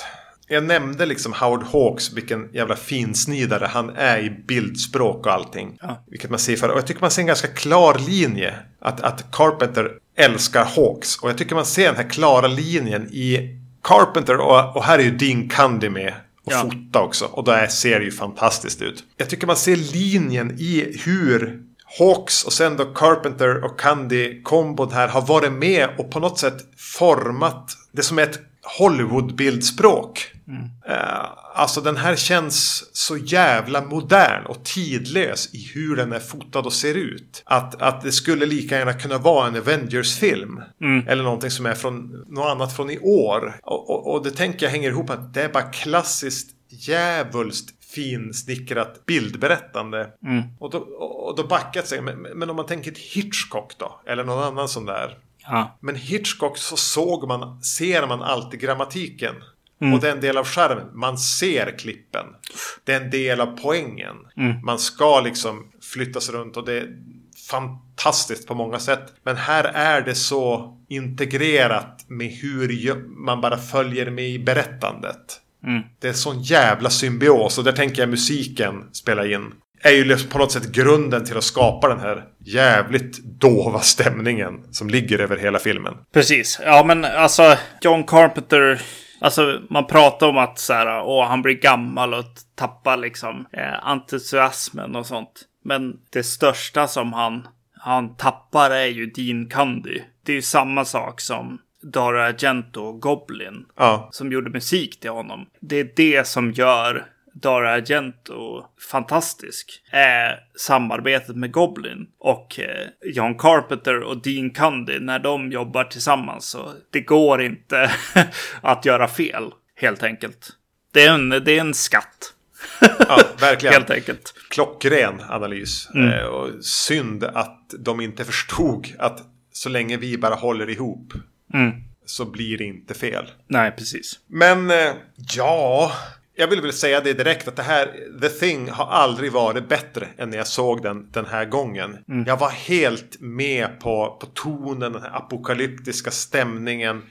jag nämnde liksom Howard Hawks, vilken jävla finsnidare han är i bildspråk och allting. Ja. Vilket man ser för, och jag tycker man ser en ganska klar linje att, att Carpenter älskar Hawks. Och jag tycker man ser den här klara linjen i Carpenter, och, och här är ju Dean Cundey med och ja. fota också. Och då är, ser det ju fantastiskt ut. Jag tycker man ser linjen i hur Hawks och sen då Carpenter och Cundey kombon här har varit med och på något sätt format det som är ett Hollywood-bildspråk. Mm. Uh, alltså den här känns så jävla modern och tidlös i hur den är fotad och ser ut. Att, att det skulle lika gärna kunna vara en Avengers-film. Mm. Eller någonting som är från något annat från i år. Och, och, och det tänker jag hänger ihop att det är bara klassiskt djävulskt finsnickrat bildberättande. Mm. Och, då, och då backat sig. Men, men om man tänker ett Hitchcock då, eller någon annan sån där. Ja. Men Hitchcock så såg man, ser man alltid grammatiken. Mm. Och det är en del av skärmen. Man ser klippen. Det är en del av poängen. Mm. Man ska liksom flyttas runt och det är fantastiskt på många sätt. Men här är det så integrerat med hur man bara följer med i berättandet. Mm. Det är sån jävla symbios, och där tänker jag musiken spelar in. Är ju på något sätt grunden till att skapa den här jävligt dova stämningen som ligger över hela filmen. Precis. Ja, men alltså John Carpenter, alltså man pratar om att så här, åh, han blir gammal och tappar liksom eh, entusiasmen och sånt. Men det största som han, han tappar är ju Dean Cundey. Det är ju samma sak som Dario Argento och Goblin, ja. Som gjorde musik till honom. Det är det som gör Dario Argento fantastisk. Är samarbetet med Goblin och eh, John Carpenter och Dean Cundey, när de jobbar tillsammans, så det går inte att göra fel, helt enkelt. Det är en, det är en skatt. Ja, verkligen. Helt enkelt. Klockren analys. Mm. Eh, och synd att de inte förstod att så länge vi bara håller ihop mm. så blir det inte fel. Nej, precis. Men eh, ja, jag vill väl säga det direkt att det här The Thing har aldrig varit bättre än när jag såg den den här gången. Mm. Jag var helt med på, på tonen, den här apokalyptiska stämningen,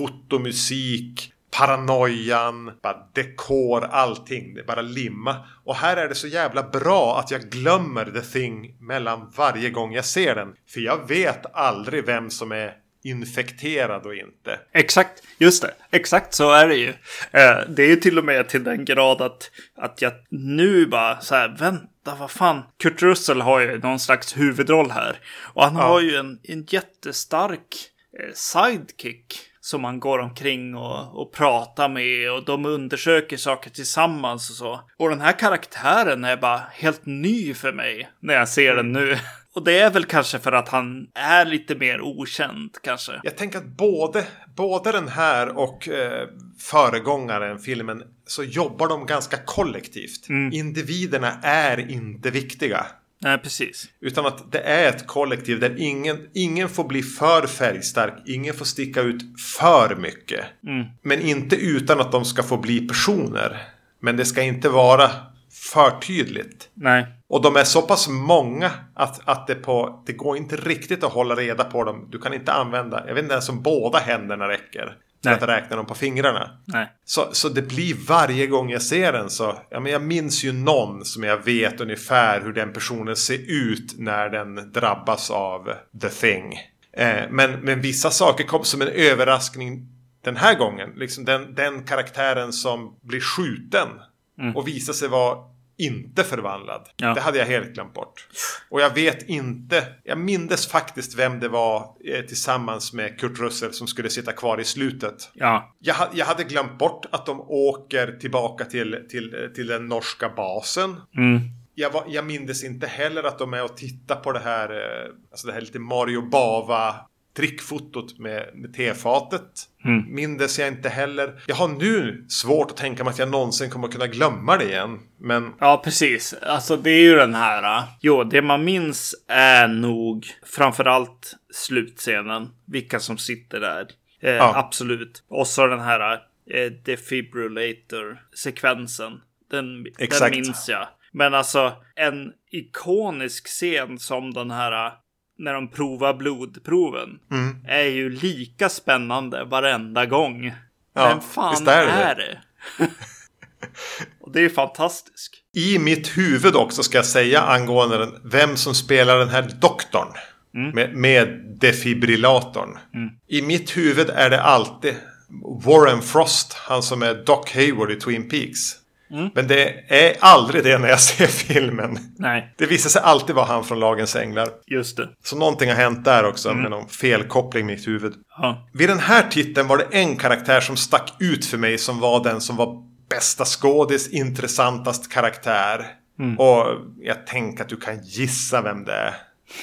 fotomusik, paranoian, bara dekor, allting. Det är bara limma. Och här är det så jävla bra att jag glömmer The Thing mellan varje gång jag ser den. För jag vet aldrig vem som är infekterad och inte. Exakt, just det. Exakt så är det ju. Eh, det är ju till och med till den grad att, att jag nu bara så här, vänta, vad fan. Kurt Russell har ju någon slags huvudroll här. Och han ja. har ju en, en jättestark eh, sidekick som man går omkring och, och pratar med, och de undersöker saker tillsammans och så. Och den här karaktären är bara helt ny för mig när jag ser den nu. Och det är väl kanske för att han är lite mer okänd, kanske. Jag tänker att både, både den här och eh, föregångaren, filmen, så jobbar de ganska kollektivt. Mm. Individerna är inte viktiga. Nej, precis. Utan att det är ett kollektiv där ingen, ingen får bli för färgstark. Ingen får sticka ut för mycket. Mm. Men inte utan att de ska få bli personer. Men det ska inte vara för tydligt. Nej. Och de är så pass många att, att det, på, det går inte riktigt att hålla reda på dem. Du kan inte använda, jag vet inte ens om båda händerna räcker. För att räkna dem på fingrarna. Nej. Så, så det blir varje gång jag ser den så... Ja, men jag minns ju någon som jag vet ungefär hur den personen ser ut när den drabbas av The Thing. Eh, men, men vissa saker kom som en överraskning den här gången. Liksom den, den karaktären som blir skjuten mm. och visar sig vara inte förvandlad. Ja. Det hade jag helt glömt bort. Och jag vet inte, jag mindes faktiskt vem det var eh, tillsammans med Kurt Russell som skulle sitta kvar i slutet. Ja. Jag, jag hade glömt bort att de åker tillbaka till, till, till den norska basen. Mm. Jag, var, jag mindes inte heller att de är och tittar på det här, eh, alltså det här lite Mario Bava trickfotot med, med tefatet. Mm. Mindes jag inte heller. Jag har nu svårt att tänka mig att jag någonsin kommer kunna glömma det igen. Men... Ja, precis. Alltså det är ju den här. Uh, jo, det man minns är nog framförallt slutscenen. Vilka som sitter där. Eh, ja. Absolut. Och så den här uh, defibrillator-sekvensen. Den, den minns jag. Men alltså en ikonisk scen som den här... Uh, när de provar blodproven mm. är ju lika spännande varenda gång. Ja, men fan är det? är det? Och det är fantastiskt. I mitt huvud också ska jag säga angående den, vem som spelar den här doktorn. Mm. Med, med defibrillatorn. Mm. I mitt huvud är det alltid Warren Frost, han som är Doc Hayward i Twin Peaks. Mm. Men det är aldrig det när jag ser filmen. Nej. Det visar sig alltid vara han från Lagens Änglar. Just det. Så någonting har hänt där också, mm. med någon felkoppling i mitt huvud. Ja. Vid den här titeln var det en karaktär som stack ut för mig, som var den som var bästa skådis, intressantast karaktär. Mm. Och jag tänker att du kan gissa vem det är.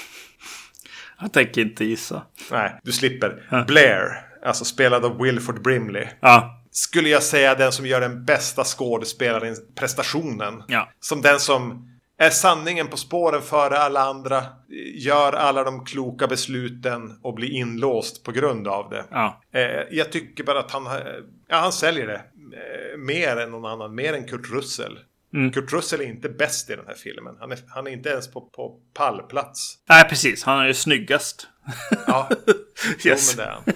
Jag tänker inte gissa. Nej, du slipper. Ja. Blair, alltså spelad av Wilford Brimley. Ja. Skulle jag säga den som gör den bästa skådespelaren prestationen. Ja. Som den som är sanningen på spåren före alla andra. Gör alla de kloka besluten och blir inlåst på grund av det. Ja. Eh, jag tycker bara att han, ja, han säljer det. Eh, mer än någon annan. Mer än Kurt Russell. Mm. Kurt Russell är inte bäst i den här filmen. Han är, han är inte ens på, på pallplats. Nej, precis. Han är ju snyggast. Ja, yes. Jo, men det är han.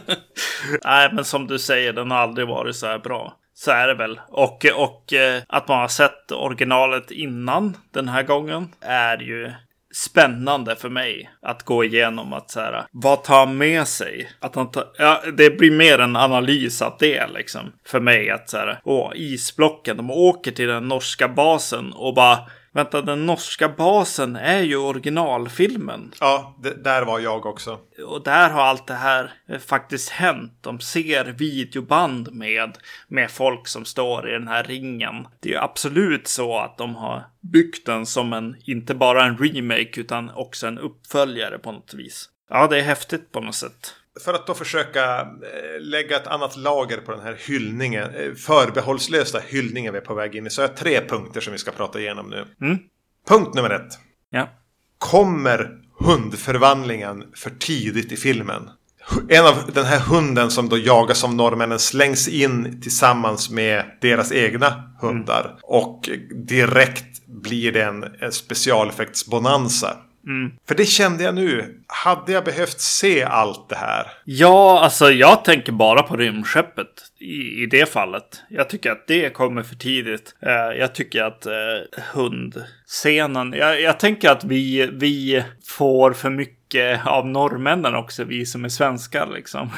Nej, men som du säger, den har aldrig varit så här bra. Så är det väl. Och, och eh, att man har sett originalet innan den här gången är ju spännande för mig att gå igenom att så här, vad tar han med sig? Att han tar, ja, det blir mer en analys av det liksom. För mig att så här, åh, isblocken, de åker till den norska basen och bara, vänta, den norska basen är ju originalfilmen. Ja, det, där var jag också. Och där har allt det här faktiskt hänt. De ser videoband med, med folk som står i den här ringen. Det är ju absolut så att de har byggt den som en, inte bara en remake utan också en uppföljare på något vis. Ja, det är häftigt på något sätt. För att då försöka lägga ett annat lager på den här hyllningen, förbehållslösa hyllningen vi är på väg in i, så har jag tre punkter som vi ska prata igenom nu. Mm. Punkt nummer ett. Ja. Kommer hundförvandlingen för tidigt i filmen? En av den här hunden som då jagas av norrmännen slängs in tillsammans med deras egna hundar. Mm. Och direkt blir det en, en specialeffektsbonanza. Mm. För det kände jag nu. Hade jag behövt se allt det här? Ja, alltså jag tänker bara på rymdskeppet i, i det fallet. Jag tycker att det kommer för tidigt. Uh, jag tycker att uh, hundscenen... Jag, jag tänker att vi, vi får för mycket av norrmännen också, vi som är svenskar liksom.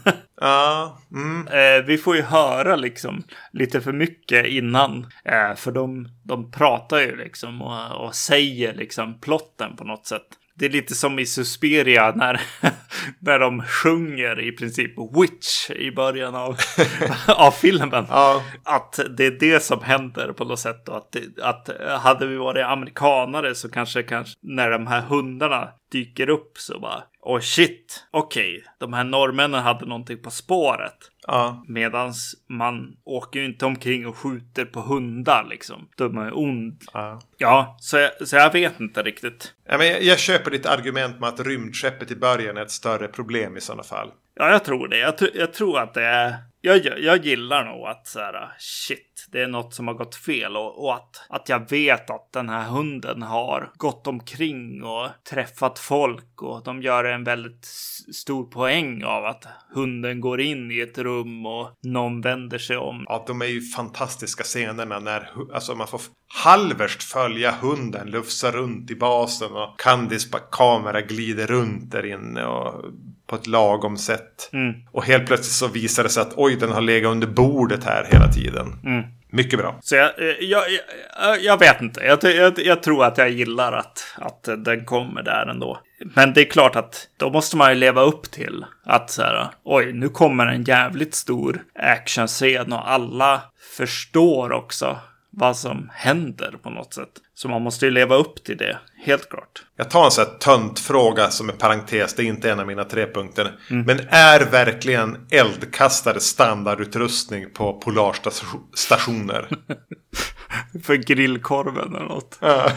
Ja. Mm. Uh, vi får ju höra liksom lite för mycket innan. Uh, för de, de pratar ju liksom och, och säger liksom plotten på något sätt. Det är lite som i Suspiria när, när de sjunger i princip Witch i början av, av filmen. Ja. Att det är det som händer på något sätt. Och att, det, att hade vi varit amerikanare så kanske, kanske när de här hundarna dyker upp så bara, åh oh shit, okej, okay, de här norrmännen hade någonting på spåret. Ja. Medans man åker ju inte omkring och skjuter på hundar liksom. De är ond. Ja, ja så, jag, så jag vet inte riktigt. Ja, men jag, jag köper ditt argument med att rymdskeppet i början är ett större problem i sådana fall. Ja, jag tror det. Jag, tr- jag tror att det är... Jag, jag gillar nog att så här, shit, det är något som har gått fel. Och, och att, att jag vet att den här hunden har gått omkring och träffat folk. Och de gör en väldigt stor poäng av att hunden går in i ett rum och någon vänder sig om. Ja, de är ju fantastiska scenerna när alltså, man får halvverst följa hunden, lufsa runt i basen och Candys kamera glider runt där inne och... på ett lagom sätt. Mm. Och helt plötsligt så visar det sig att oj, den har legat under bordet här hela tiden. Mm. Mycket bra. Så jag, jag, jag, jag vet inte. Jag, jag, jag tror att jag gillar att, att den kommer där ändå. Men det är klart att då måste man ju leva upp till att så här, oj, nu kommer en jävligt stor actionscen och alla förstår också vad som händer på något sätt. Så man måste ju leva upp till det, helt klart. Jag tar en sån här tönt fråga som är parentes, det är inte en av mina tre punkter. Mm. Men är verkligen eldkastare standardutrustning på polarstationer? För grillkorven eller något. Ja.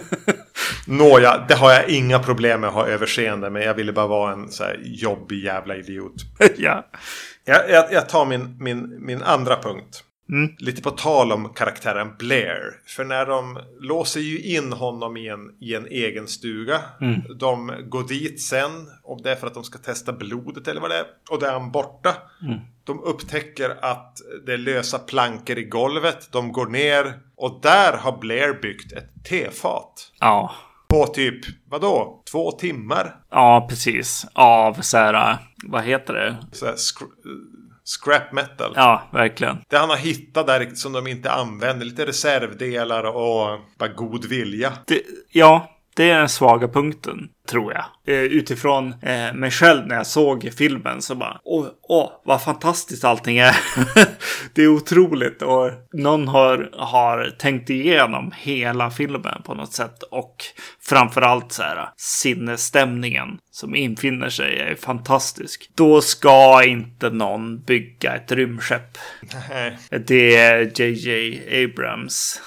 Nåja, det har jag inga problem med att ha överseende, men jag ville bara vara en så här jobbig jävla idiot. Ja. Jag, jag, jag tar min, min, min andra punkt. Mm. Lite på tal om karaktären Blair. För när de låser ju in honom i en, i en egen stuga. Mm. De går dit sen. Om det är för att de ska testa blodet eller vad det är. Och där är han borta. Mm. De upptäcker att det är lösa plankor i golvet. De går ner. Och där har Blair byggt ett tefat. Ja. På typ, vadå? Två timmar? Ja, precis. Av så här, vad heter det? Så här, skr- scrap metal. Ja, verkligen. Det han har hittat där som de inte använder. Lite reservdelar och bara god vilja. Det, ja, det är den svaga punkten, tror jag. Eh, utifrån eh, mig själv när jag såg filmen så bara, åh, åh vad fantastiskt allting är. Det är otroligt. Och någon har, har tänkt igenom hela filmen på något sätt. Och framförallt så här, sinnesstämningen som infinner sig är fantastisk. Då ska inte någon bygga ett rymdskepp. Nej. Det är J J Abrams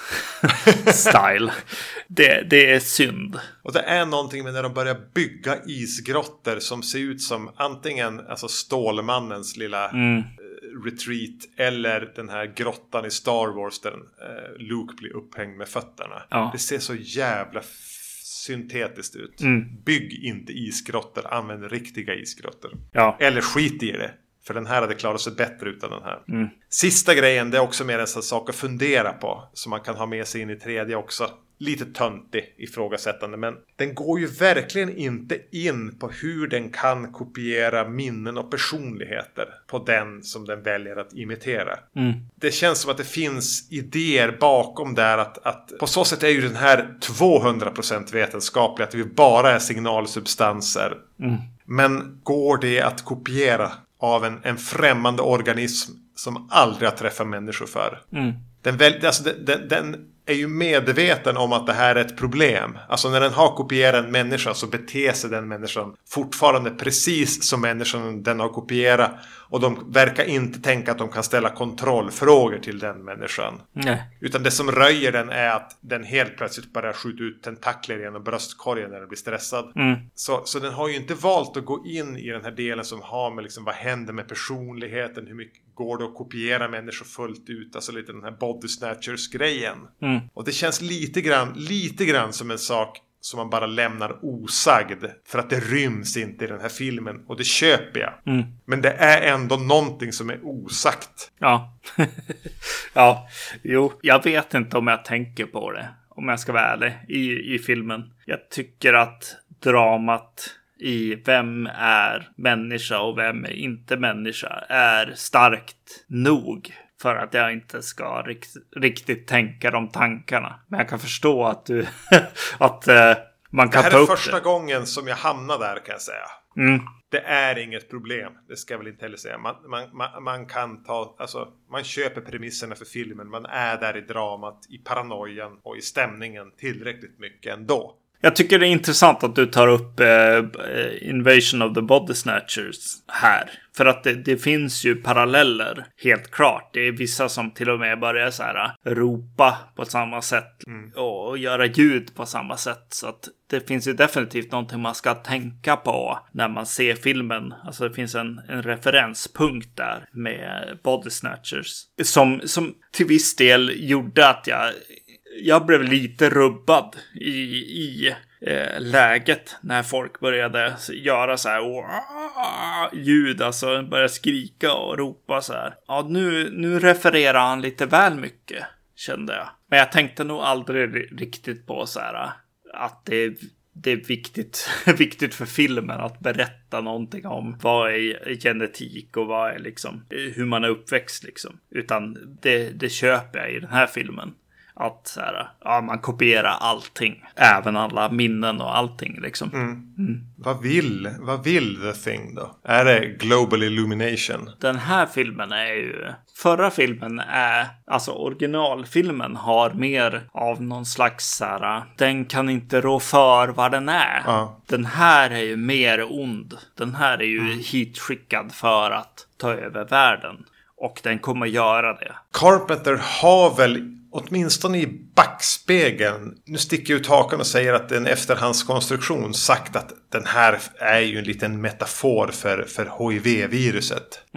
style. Det, det är synd. Och det är någonting med när de börjar bygga isgrottor som ser ut som antingen alltså Stålmannens lilla Mm. eh, retreat eller den här grottan i Star Wars där eh, Luke blir upphängd med fötterna. Ja. Det ser så jävla f- syntetiskt ut. Mm. Bygg inte isgrottor, använd riktiga isgrottor. Ja. Eller skit i det. För den här hade klarat sig bättre utan den här. Mm. Sista grejen, det är också mer en sån sak att fundera på. Som man kan ha med sig in i tredje också. Lite töntig ifrågasättande. Men den går ju verkligen inte in på hur den kan kopiera minnen och personligheter. På den som den väljer att imitera. Mm. Det känns som att det finns idéer bakom där. Att, att på så sätt är ju den här tvåhundra procent vetenskaplig. Att vi bara är signalsubstanser. Mm. Men går det att kopiera av en, en främmande organism som aldrig har träffat människor för? Mm. Den, väl, alltså den, den, den är ju medveten om att det här är ett problem. Alltså när den har kopierat en människa så beter sig den människan fortfarande precis som människan den har kopierat. Och de verkar inte tänka att de kan ställa kontrollfrågor till den människan. Nej. Utan det som röjer den är att den helt plötsligt börjar skjuta ut tentakler genom bröstkorgen när den blir stressad. Mm. Så, så den har ju inte valt att gå in i den här delen som har med liksom, vad händer med personligheten, hur mycket går det att kopiera människor fullt ut, alltså lite den här body snatchers grejen. Mm. Och det känns lite grann, lite grann som en sak som man bara lämnar osagd för att det ryms inte i den här filmen, och det köper jag. Mm. Men det är ändå någonting som är osagt. Ja. Ja, jo, jag vet inte om jag tänker på det, om jag ska vara ärlig, i, i filmen. Jag tycker att dramat i vem är människa och vem är inte människa är starkt nog för att jag inte ska rikt, riktigt tänka de tankarna. Men jag kan förstå att du att uh, man kan ta upp det. Det här är första gången som jag hamnar där, kan jag säga. Mm. Det är inget problem. Det ska jag väl inte heller säga. Man, man, man, man kan ta, alltså, man köper premisserna för filmen. Man är där i dramat, i paranoian och i stämningen tillräckligt mycket ändå. Jag tycker det är intressant att du tar upp eh, Invasion of the Body Snatchers här. För att det, det finns ju paralleller, helt klart. Det är vissa som till och med börjar så här ropa på samma sätt. Mm. Och, och göra ljud på samma sätt. Så att det finns ju definitivt någonting man ska tänka på när man ser filmen. Alltså det finns en, en referenspunkt där med Body Snatchers. Som, som till viss del gjorde att jag... Jag blev lite rubbad i, i eh, läget när folk började göra så här ljud, alltså började skrika och ropa så här. Ja, nu, nu refererar han lite väl mycket, kände jag. Men jag tänkte nog aldrig riktigt på så här att det, det är viktigt, viktigt för filmen att berätta någonting om vad är genetik och vad är liksom hur man är uppväxt liksom. Utan det, det köper jag i den här filmen. Att så här, ja, man kopierar allting. Även alla minnen och allting liksom. Mm. Mm. Vad vill, vad vill The Thing då? Är det Global Illumination? Den här filmen är ju... Förra filmen är... Alltså originalfilmen har mer av någon slags så här... Den kan inte rå för vad den är. Ja. Den här är ju mer ond. Den här är ju Mm. hitskickad för att ta över världen. Och den kommer göra det. Carpenter har väl... Åtminstone i backspegeln, nu sticker jag ut hakan och säger att det är en efterhandskonstruktion, sagt att den här är ju en liten metafor för, för H I V-viruset. Mm. Men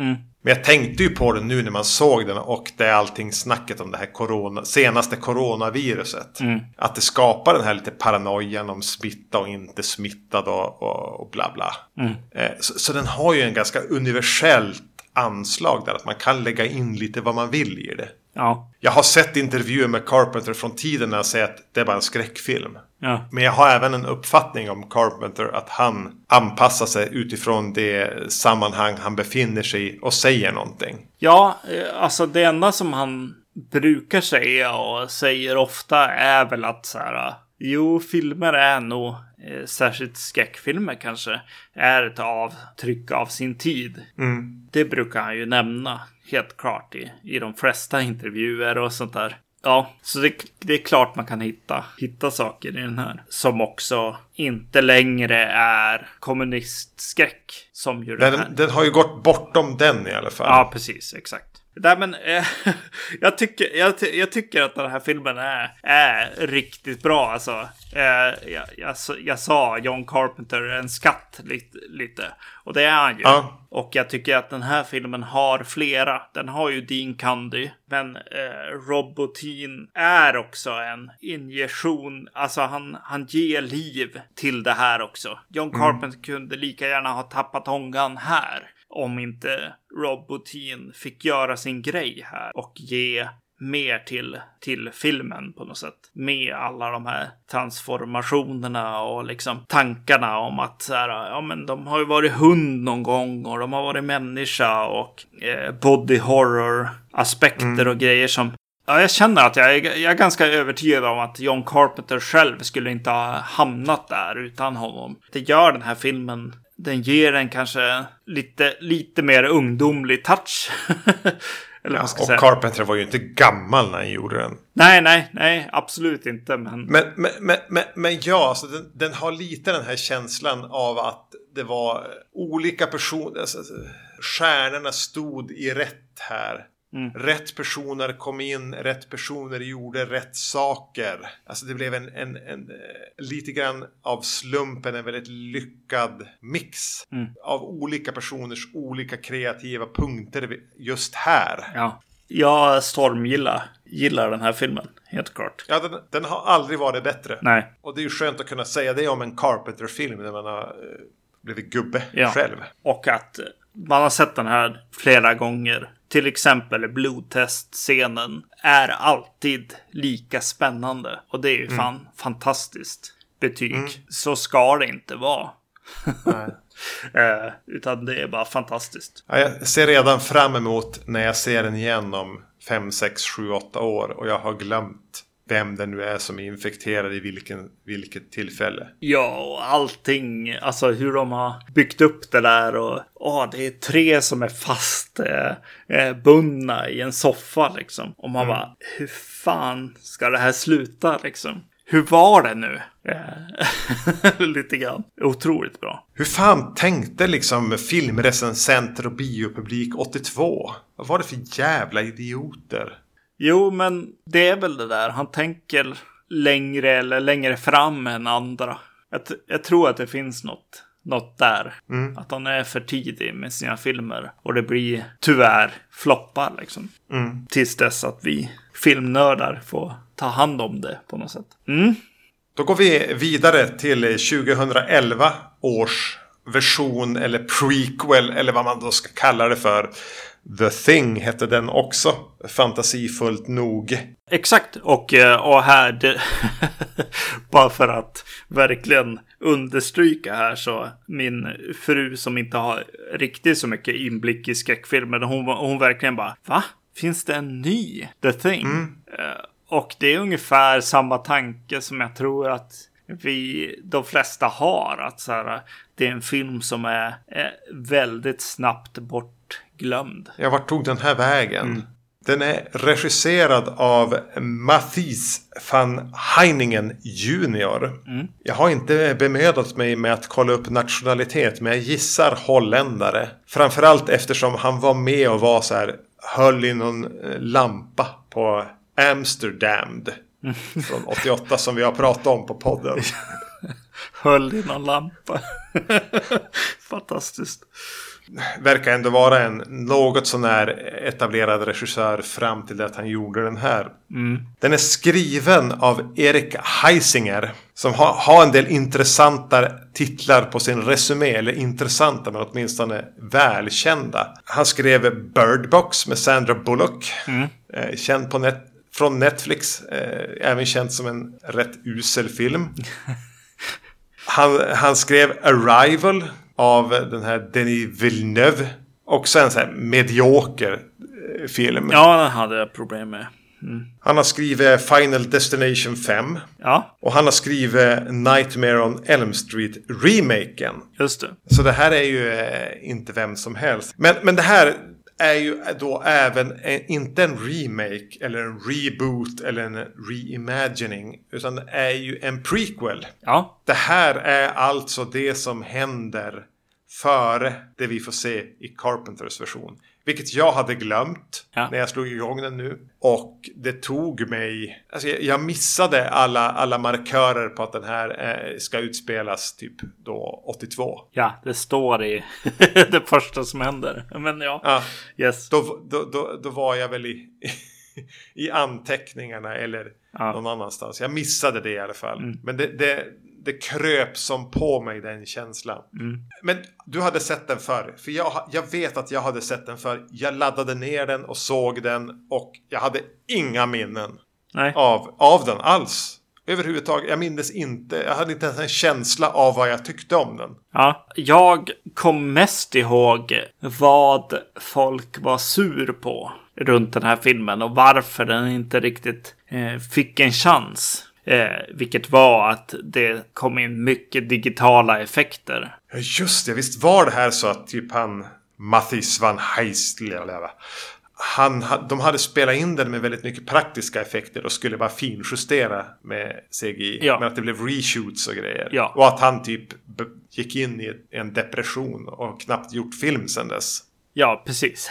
Men jag tänkte ju på det nu när man såg den och det är allting snacket om det här corona, senaste coronaviruset. Mm. Att det skapar den här lite paranoian om smitta och inte smittad och, och, och bla bla. Mm. Eh, så, så den har ju en ganska universellt anslag där att man kan lägga in lite vad man vill i det. Ja. Jag har sett intervjuer med Carpenter från tiden när jag säger att det är bara en skräckfilm. Ja. Men jag har även en uppfattning om Carpenter att han anpassar sig utifrån det sammanhang han befinner sig i och säger någonting. Ja, alltså det enda som han brukar säga och säger ofta är väl att så här, jo, filmer är nog, eh, särskilt skräckfilmer kanske, är ett avtryck av sin tid. Mm. Det brukar han ju nämna helt klart i, i de flesta intervjuer och sånt där. Ja, så det, det är klart man kan hitta, hitta saker i den här som också inte längre är kommunistskräck som ju den, den här. Den har ju gått bortom den i alla fall. Ja, precis, exakt. Nej, men eh, jag, tycker, jag, jag tycker att den här filmen är, är riktigt bra. Alltså, eh, jag, jag, jag sa John Carpenter en skatt lite, lite. Och det är han ju. Ja. Och jag tycker att den här filmen har flera. Den har ju Dean Cundey. Men eh, Rob Bottin är också en injektion. Alltså han, han ger liv till det här också. John Carpenter mm. kunde lika gärna ha tappat ångan här. Om inte Rob Bottin fick göra sin grej här och ge mer till, till filmen på något sätt. Med alla de här transformationerna och liksom tankarna om att så här, ja, men de har ju varit hund någon gång och de har varit människa och eh, body horror aspekter mm. och grejer som... Ja, jag känner att jag är, jag är ganska övertygad om att John Carpenter själv skulle inte ha hamnat där utan honom. Det gör den här filmen... Den ger en kanske lite, lite mer ungdomlig touch. Eller ja, vad ska och säga. Carpenter var ju inte gammal när han gjorde den. Nej, nej, nej, absolut inte. Men, men, men, men, men, men ja, så den, den har lite den här känslan av att det var olika personer. Alltså, stjärnorna stod i rätt här. Mm. Rätt personer kom in, rätt personer gjorde rätt saker. Alltså det blev en, en, en lite grann av slumpen, en väldigt lyckad mix mm. av olika personers olika kreativa punkter just här. Ja, jag stormgillar gillar den här filmen, helt klart. Ja, den, den har aldrig varit bättre. Nej. Och det är ju skönt att kunna säga det om en Carpenter-film när man har uh, blivit gubbe ja. själv. Och att man har sett den här flera gånger. Till exempel blodtestscenen är alltid lika spännande. Och det är ju mm. fan fantastiskt betyg. Mm. Så ska det inte vara. eh, utan det är bara fantastiskt. Ja, jag ser redan fram emot när jag ser den igen om fem, sex, sju, åtta år. Och jag har glömt vem det nu är som är infekterad i vilken, vilket tillfälle. Ja, och allting. Alltså hur de har byggt upp det där. Och åh, det är tre som är fast eh, bundna i en soffa liksom. Och man mm. bara, hur fan ska det här sluta liksom? Hur var det nu? Lite grann. Otroligt bra. Hur fan tänkte liksom filmrecensenter och biopublik åttiotvå? Vad var det för jävla idioter? Jo, men det är väl det där. Han tänker längre eller längre fram än andra. Jag, t- jag tror att det finns något, något där. Mm. Att han är för tidig med sina filmer. Och det blir tyvärr floppar liksom. Mm. Tills dess att vi filmnördar får ta hand om det på något sätt. Mm. Då går vi vidare till tjugohundraelva års version eller prequel eller vad man då ska kalla det för. The Thing hette den också. Fantasifullt nog. Exakt. Och, och här det, bara för att verkligen understryka här så min fru som inte har riktigt så mycket inblick i skräckfilmer, hon, hon verkligen bara, va? Finns det en ny The Thing? Mm. Och det är ungefär samma tanke som jag tror att vi, de flesta har. Att så här, det är en film som är, är väldigt snabbt bortglömd. Ja, vart tog den här vägen? Mm. Den är regisserad av Matthijs van Heiningen junior. Mm. Jag har inte bemödat mig med att kolla upp nationalitet, men jag gissar holländare. Framförallt eftersom han var med och var så här, höll i någon lampa på Amsterdam från åttioåtta som vi har pratat om på podden. Höll i någon lampa. Fantastiskt. verkar ändå vara en något sån här etablerad regissör fram till det att han gjorde den här. Mm. Den är skriven av Erik Heisinger som har, har en del intressanta titlar på sin resumé, eller intressanta men åtminstone välkända. Han skrev Bird Box med Sandra Bullock, mm. eh, känd på net, från Netflix, eh, även känd som en rätt usel film. han, han skrev Arrival av den här Denis Villeneuve. Också en sån här medioker film. Ja, den hade jag problem med. Mm. Han har skrivit Final Destination fem. Ja. Och han har skrivit Nightmare on Elm Street remaken. Just det. Så det här är ju eh, inte vem som helst. Men, men det här är ju då även en, inte en remake eller en reboot eller en reimagining, utan det är ju en prequel. Ja. Det här är alltså det som händer före det vi får se i Carpenters version. Vilket jag hade glömt ja. när jag slog igång den nu. Och det tog mig... Alltså jag, jag missade alla, alla markörer på att den här eh, ska utspelas typ då åttiotvå. Ja, det står i det första som händer. Men ja, ja. Yes. Då, då, då, då var jag väl i, i anteckningarna eller ja. någon annanstans. Jag missade det i alla fall. Mm. Men det... det Det kröp som på mig den känslan. Mm. Men du hade sett den förr. För jag, jag vet att jag hade sett den förr. Jag laddade ner den och såg den. Och jag hade inga minnen Nej. Av, av den alls. Överhuvudtaget. Jag minns inte. Jag hade inte ens en känsla av vad jag tyckte om den. Ja, jag kom mest ihåg vad folk var sur på runt den här filmen. Och varför den inte riktigt eh, fick en chans. Eh, vilket var att det kom in mycket digitala effekter. Ja just det, visst var det här så att typ han Matthijs van Heijstel han, de hade spelat in den med väldigt mycket praktiska effekter och skulle bara finjustera med C G I. Ja. Men att det blev reshoots och grejer. Ja. Och att han typ b- gick in i en depression och knappt gjort film sedan dess. Ja, precis.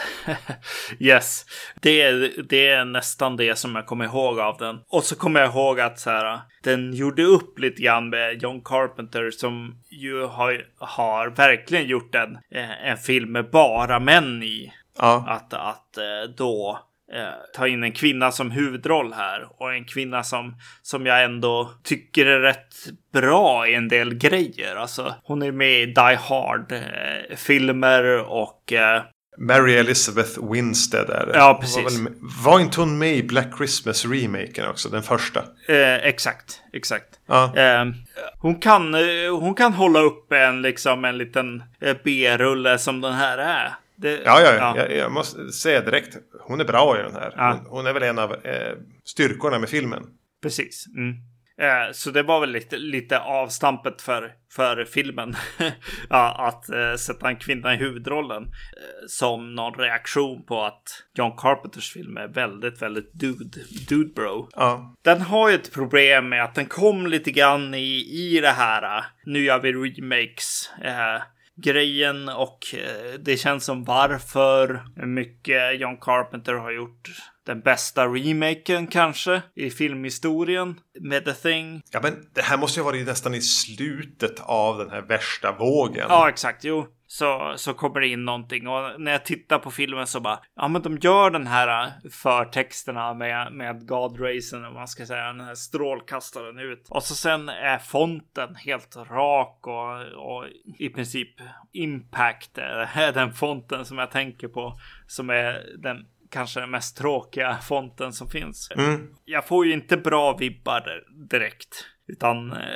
Yes. Det är, det är nästan det som jag kommer ihåg av den. Och så kommer jag ihåg att så här, den gjorde upp lite grann med John Carpenter som ju har, har verkligen gjort en, en film med bara män i. Ja. Att, att då eh, ta in en kvinna som huvudroll här. Och en kvinna som, som jag ändå tycker är rätt bra i en del grejer. Alltså, hon är med i Die Hard-filmer eh, och... Eh, Mary Elizabeth Winstead är det. Ja, precis. Var, väl, var inte hon med i Black Christmas-remaken också, den första? Eh, exakt, exakt. Ja. Eh, hon, kan, hon kan hålla upp en, liksom, en liten B-rulle som den här är. Det, ja, ja, ja. Jag, jag måste säga direkt. Hon är bra i den här. Ja. Hon, hon är väl en av eh, styrkorna med filmen. Precis. Mm. Eh, så det var väl lite, lite avstampet för, för filmen. Ja, att eh, sätta en kvinna i huvudrollen. Eh, som någon reaktion på att John Carpenters film är väldigt, väldigt dude, dude bro. Ja. Den har ju ett problem med att den kom lite grann i, i det här. Nu gör vi remakes. Eh, grejen och eh, det känns som varför mycket John Carpenter har gjort den bästa remaken kanske i filmhistorien med The Thing. Ja, men det här måste ju vara nästan i slutet av den här värsta vågen. Ja, exakt. Jo, så, så kommer det in någonting. Och när jag tittar på filmen så bara, ja men de gör den här förtexterna med, med God Racen, och man ska säga, den här strålkastaren ut. Och så sen är fonten helt rak och, och i princip Impact är den fonten som jag tänker på, som är den kanske den mest tråkiga fonten som finns. Mm. Jag får ju inte bra vibbar direkt. Utan eh,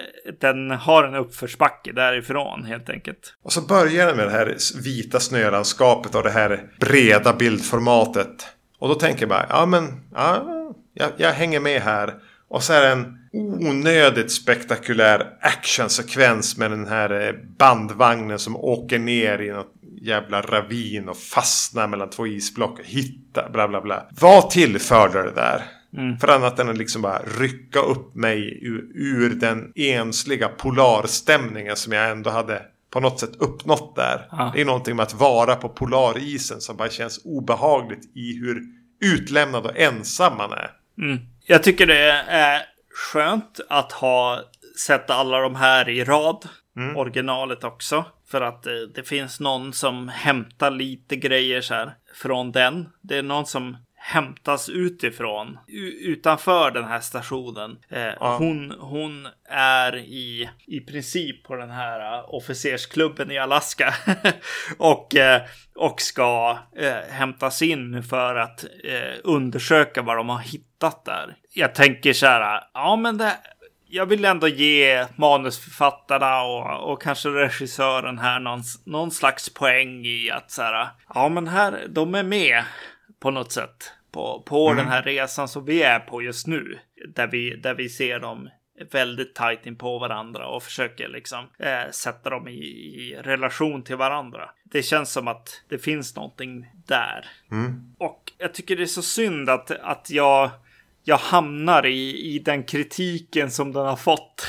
den har en uppförsbacke därifrån helt enkelt. Och så börjar den med det här vita snölandskapet och det här breda bildformatet. Och då tänker jag bara, ja men, ja, jag, jag hänger med här. Och så är det en onödigt spektakulär actionsekvens med den här bandvagnen som åker ner i något jävla ravin och fastnar mellan två isblock och hittar, bla bla bla. Vad tillförde det där? Mm. För annat än att liksom bara rycka upp mig ur, ur den ensliga polarstämningen som jag ändå hade på något sätt uppnått där. Ah. Det är någonting med att vara på polarisen som bara känns obehagligt i hur utlämnad och ensam man är. Mm. Jag tycker det är skönt att ha sett alla de här i rad. Mm. Originalet också. För att eh, det finns någon som hämtar lite grejer så här från den. Det är någon som hämtas utifrån, u- utanför den här stationen. Eh, ja. hon, hon är i, i princip på den här uh, officersklubben i Alaska och, eh, och ska eh, hämtas in för att eh, undersöka vad de har hittat där. Jag tänker så här, ja men det, jag vill ändå ge manusförfattarna och, och kanske regissören här någon, någon slags poäng i att så här, ja men här, de är med på något sätt på, på mm. den här resan som vi är på just nu. Där vi, där vi ser dem väldigt tajt in på varandra och försöker liksom eh, sätta dem i, i relation till varandra. Det känns som att det finns någonting där. Mm. Och jag tycker det är så synd att, att jag... jag hamnar i, i den kritiken som den har fått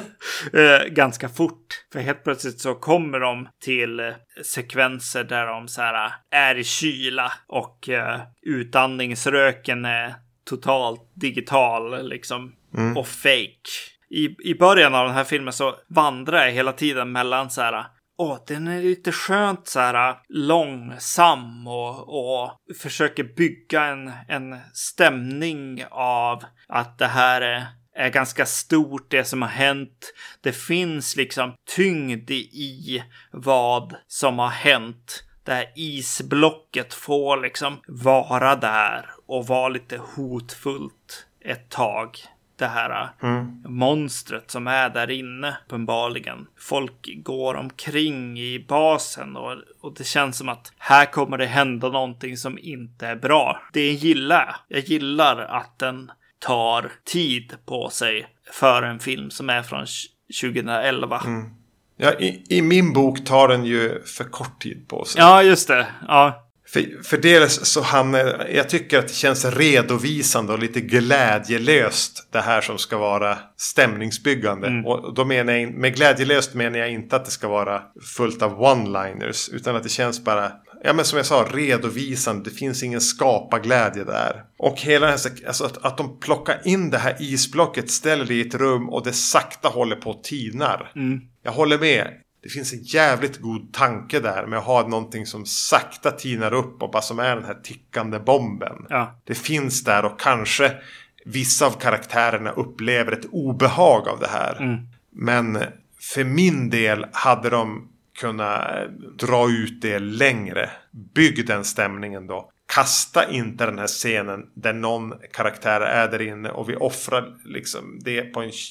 eh, ganska fort. För helt plötsligt så kommer de till eh, sekvenser där de så här, är i kyla och eh, utandningsröken är totalt digital liksom, mm. och fake. I, I början av den här filmen så vandrar jag hela tiden mellan så här... Åh, den är lite skönt så här långsam och, och försöker bygga en, en stämning av att det här är, är ganska stort, det som har hänt. Det finns liksom tyngd i vad som har hänt. Det här isblocket får liksom vara där och vara lite hotfullt ett tag. Det här mm. monstret som är där inne uppenbarligen. Folk går omkring i basen och, och det känns som att här kommer det hända någonting som inte är bra. Det gillar jag. Jag gillar att den tar tid på sig för en film som är från tjugoelva. Mm. Ja, i, i min bok tar den ju för kort tid på sig. Ja, just det. Ja. För, för dels så han, jag tycker att det känns redovisande och lite glädjelöst det här som ska vara stämningsbyggande. Mm. Och då menar jag, med glädjelöst menar jag inte att det ska vara fullt av one-liners, utan att det känns bara, ja men som jag sa, redovisande. Det finns ingen skapaglädje där. Och hela den här, alltså att, att de plockar in det här isblocket, ställer det i ett rum och det sakta håller på att tinar. Mm. Jag håller med. Det finns en jävligt god tanke där med att ha någonting som sakta tinar upp och bara som är den här tickande bomben. Ja. Det finns där och kanske vissa av karaktärerna upplever ett obehag av det här. Mm. Men för min del hade de kunnat dra ut det längre. Bygg den stämningen då. Kasta inte den här scenen där någon karaktär är där inne och vi offrar liksom det på en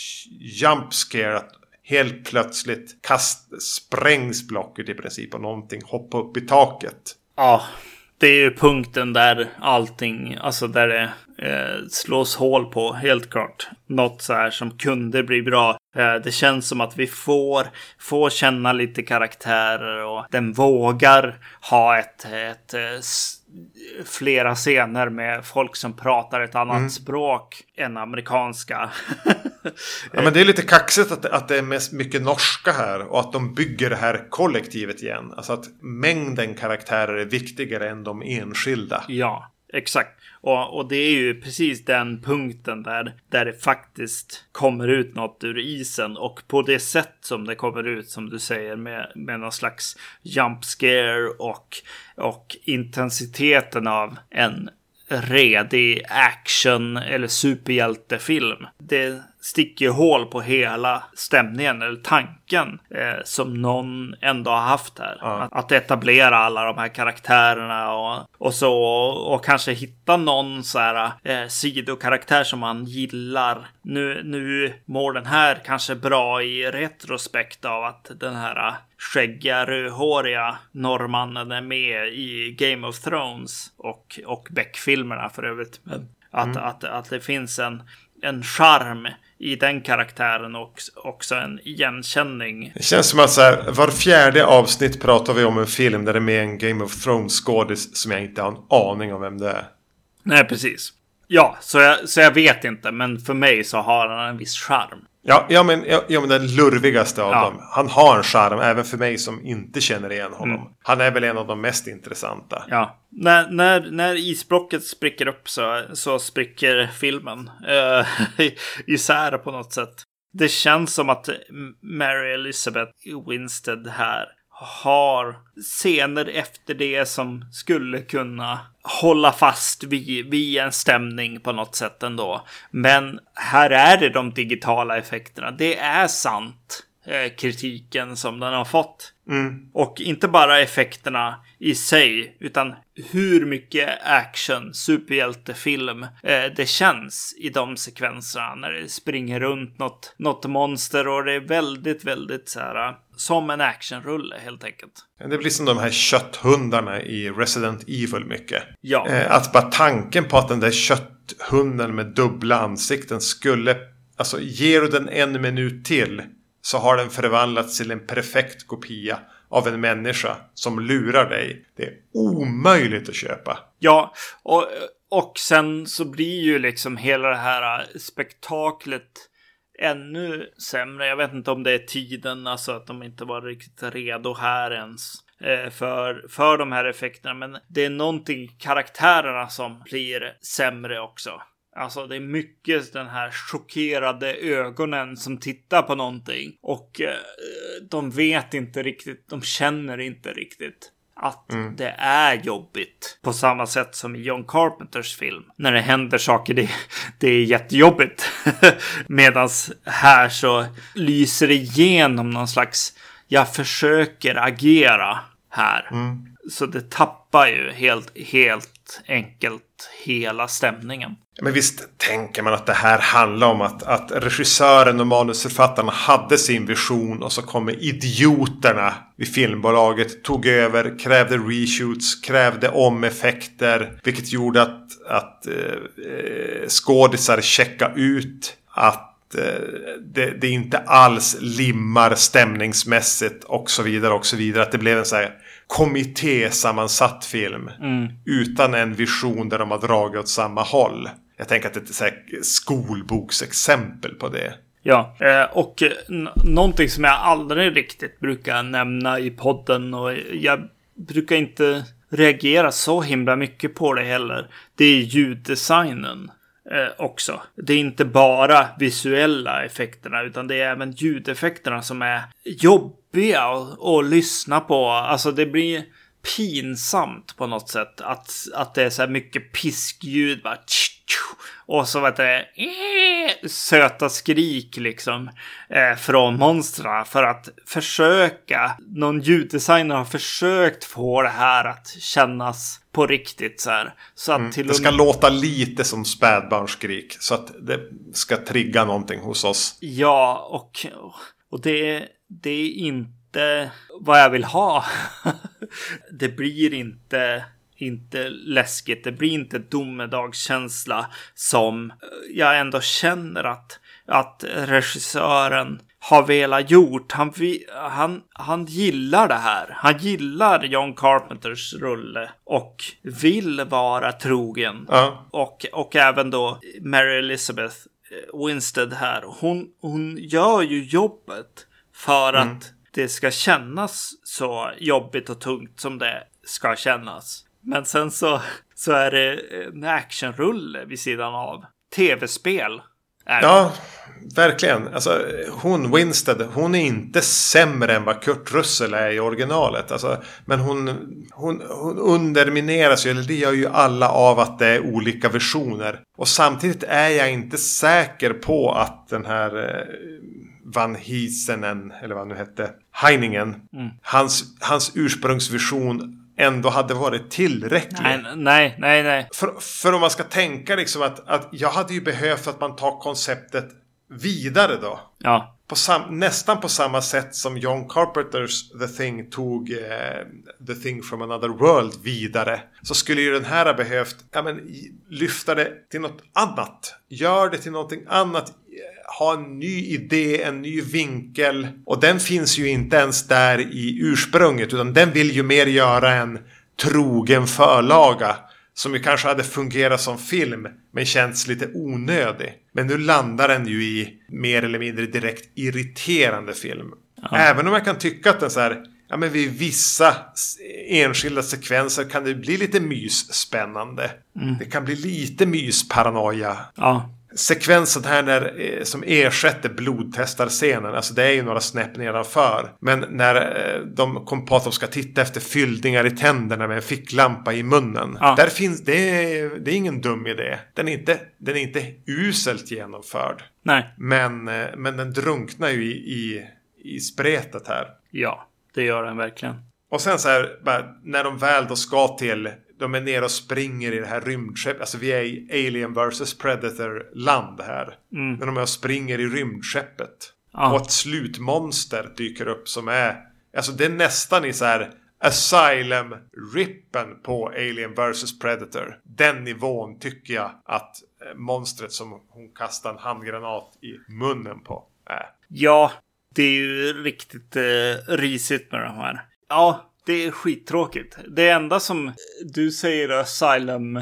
jump scare att helt plötsligt kast, sprängs blocket i princip och någonting hoppar upp i taket. Ja, det är ju punkten där allting, alltså där det eh, slås hål på, helt klart. Något så här som kunde bli bra. Eh, det känns som att vi får, får känna lite karaktärer och den vågar ha ett, ett, ett flera scener med folk som pratar ett annat mm. språk än amerikanska. Ja, men det är lite kaxigt att, att det är mest mycket norska här och att de bygger det här kollektivet igen. Alltså att mängden karaktärer är viktigare än de enskilda. Ja, exakt. Och, och det är ju precis den punkten där, där det faktiskt kommer ut något ur isen. Och på det sätt som det kommer ut, som du säger, med, med någon slags jump scare och, och intensiteten av en redig action eller superhjältefilm. Det sticker hål på hela stämningen eller tanken eh, som någon ändå har haft här. Ja. Att, att etablera alla de här karaktärerna och, och så och, och kanske hitta någon så här eh, sidokaraktär som man gillar. Nu, nu mår den här kanske bra i retrospekt av att den här skäggiga, rödhåriga norrmannen är med i Game of Thrones och, och Beck-filmerna för övrigt. Men att, mm. att, att det finns en, en charm i den karaktären och också en igenkänning. Det känns som att så här, var fjärde avsnitt pratar vi om en film där det är med en Game of Thrones-skådis som jag inte har en aning om vem det är. Nej, precis. Ja, så jag, så jag vet inte, men för mig så har han en viss charm. Ja, ja, men, ja, ja, men den lurvigaste av ja. dem. Han har en charm, även för mig som inte känner igen honom. Mm. Han är väl en av de mest intressanta. Ja, när, när, när isblocket spricker upp så, så spricker filmen uh, isär på något sätt. det känns som att Mary Elizabeth Winstead här har scener efter det som skulle kunna hålla fast vid, vid en stämning på något sätt ändå. Men här är det de digitala effekterna. Det är sant, eh, kritiken som den har fått. Mm. Och inte bara effekterna i sig, utan hur mycket action, superhjältefilm eh, det känns i de sekvenserna när det springer runt något, något monster, och det är väldigt, väldigt så här, som en actionrulle helt enkelt. Det blir som de här kötthundarna i Resident Evil mycket. Ja. Eh, att bara tanken på att den där kötthunden med dubbla ansikten skulle, alltså ger du den en minut till så har den förvandlats till en perfekt kopia av en människa som lurar dig. Det är omöjligt att köpa. Ja, och, och sen så blir ju liksom hela det här spektaklet ännu sämre. Jag vet inte om det är tiden, alltså att de inte var riktigt redo här ens eh, för, för de här effekterna. Men det är någonting i karaktärerna som blir sämre också. Alltså det är mycket den här chockerade ögonen som tittar på någonting. Och eh, de vet inte riktigt, de känner inte riktigt att mm. det är jobbigt. På samma sätt som i John Carpenters film. När det händer saker, det, det är jättejobbigt. Medans här så lyser det igenom någon slags, jag försöker agera här. Mm. Så det tappar ju helt, helt enkelt hela stämningen. Men visst tänker man att det här handlar om att, att regissören och manusförfattarna hade sin vision och så kommer idioterna vid filmbolaget, tog över, krävde reshoots, krävde om effekter, vilket gjorde att, att eh, skådisar checka ut, att eh, det, det inte alls limmar stämningsmässigt och så vidare och så vidare, att det blev en så här kommittésammansatt film mm. utan en vision där de har dragit åt samma håll. Jag tänker att det är ett så här skolboksexempel på det. Ja, och n- någonting som jag aldrig riktigt brukar nämna i podden, och jag brukar inte reagera så himla mycket på det heller, det är ljuddesignen eh, också. Det är inte bara visuella effekterna, utan det är även ljudeffekterna som är jobbiga att, att lyssna på. Alltså det blir pinsamt på något sätt att, att det är så här mycket piskljud bara, och så vet det söta skrik liksom eh, från monstren, för att försöka, någon ljuddesigner har försökt få det här att kännas på riktigt så här, så att mm, till det ska och... låta lite som spädbarnsskrik så att det ska trigga någonting hos oss. Ja, och, och det, det är inte vad jag vill ha. Det blir inte inte läskigt. Det blir inte domedagskänsla som jag ändå känner att, att regissören har velat gjort. Han, han, han gillar det här. Han gillar John Carpenters rulle och vill vara trogen. Ja. Och, och även då Mary Elizabeth Winstead här. Hon, hon gör ju jobbet för mm. att det ska kännas så jobbigt och tungt som det ska kännas. Men sen så, så är det en actionrulle vid sidan av. Tv-spel. Är ja, verkligen. Alltså, hon, Winstead, hon är inte sämre än vad Kurt Russell är i originalet. Alltså, men hon, hon, hon undermineras ju, eller det gör ju alla av att det är olika versioner. Och samtidigt är jag inte säker på att den här eh, Van Hiesenen, eller vad han nu hette, Heiningen, mm. hans, hans ursprungsvision ändå hade varit tillräcklig. Nej, nej, nej, nej. För, för om man ska tänka liksom att, att jag hade ju behövt att man tar konceptet vidare då. Ja. På sam, nästan på samma sätt som John Carpenters The Thing tog eh, The Thing from Another World vidare. Så skulle ju den här ha behövt ja, men, lyfta det till något annat. Gör det till någonting annat. Ha en ny idé, en ny vinkel. Och den finns ju inte ens där i ursprunget. Utan den vill ju mer göra en trogen förlaga. Som ju kanske hade fungerat som film. Men känns lite onödig. Men nu landar den ju i mer eller mindre direkt irriterande film. Ja. Även om jag kan tycka att den så här... Ja, men vid vissa enskilda sekvenser kan det bli lite mysspännande. Mm. Det kan bli lite mysparanoia. Ja. sekvensen här när, eh, som ersätter blodtestarscenen. Alltså det är ju några snäpp nedanför. Men när eh, de kom på att de ska titta efter fyllningar i tänderna med en ficklampa i munnen. Ja. Där finns, det är, det är ingen dum idé. Den är inte, den är inte uselt genomförd. Nej. Men, eh, men den drunknar ju i, i, i spretet här. Ja, det gör den verkligen. Och sen så här, bara, när de väl då ska till, de är nere och springer i det här rymdskeppet. Alltså vi är i Alien versus Predator-land här. Mm. När de är och springer i rymdskeppet. Ah. Och ett slutmonster dyker upp som är, alltså det är nästan i så här Asylum-rippen på Alien versus Predator. Den nivån tycker jag att monstret som hon kastar en handgranat i munnen på är. Ja, det är ju riktigt eh, risigt med de här. Ja, det är skittråkigt. Det enda som du säger Asylum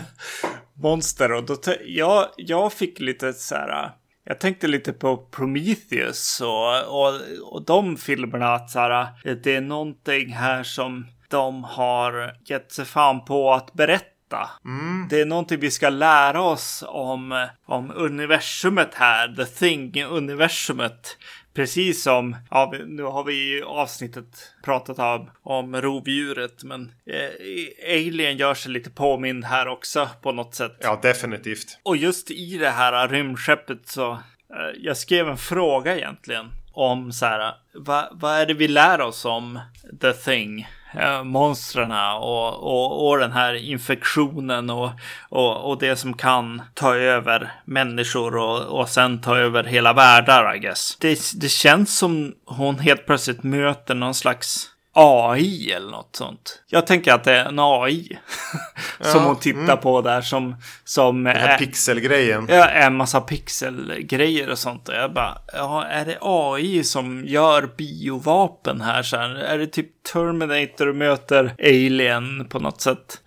monster och då t- jag, jag fick lite så här. Jag tänkte lite på Prometheus och, och, och de filmerna att så här, det är någonting här som de har gett sig fan på att berätta. Mm. Det är någonting vi ska lära oss om, om universumet här, The Thing-universumet. Precis som, ja, nu har vi i avsnittet pratat om, om rovdjuret, men eh, Alien gör sig lite påmind här också på något sätt. Ja, definitivt. Och just i det här rymdskeppet så, eh, jag skrev en fråga egentligen om så här, vad va är det vi lär oss om The Thing? Eh, monstrarna och, och, och den här infektionen och, och, och det som kan ta över människor och, och sen ta över hela världar, I guess. Det, det känns som hon helt plötsligt möter någon slags A I eller något sånt. Jag tänker att det är en A I som ja, hon tittar mm. på där som, som den här är, pixelgrejen. Ja, en massa pixelgrejer och sånt. Och jag bara, ja, är det A I som gör biovapen här? Så här? Är det typ Terminator möter Alien på något sätt?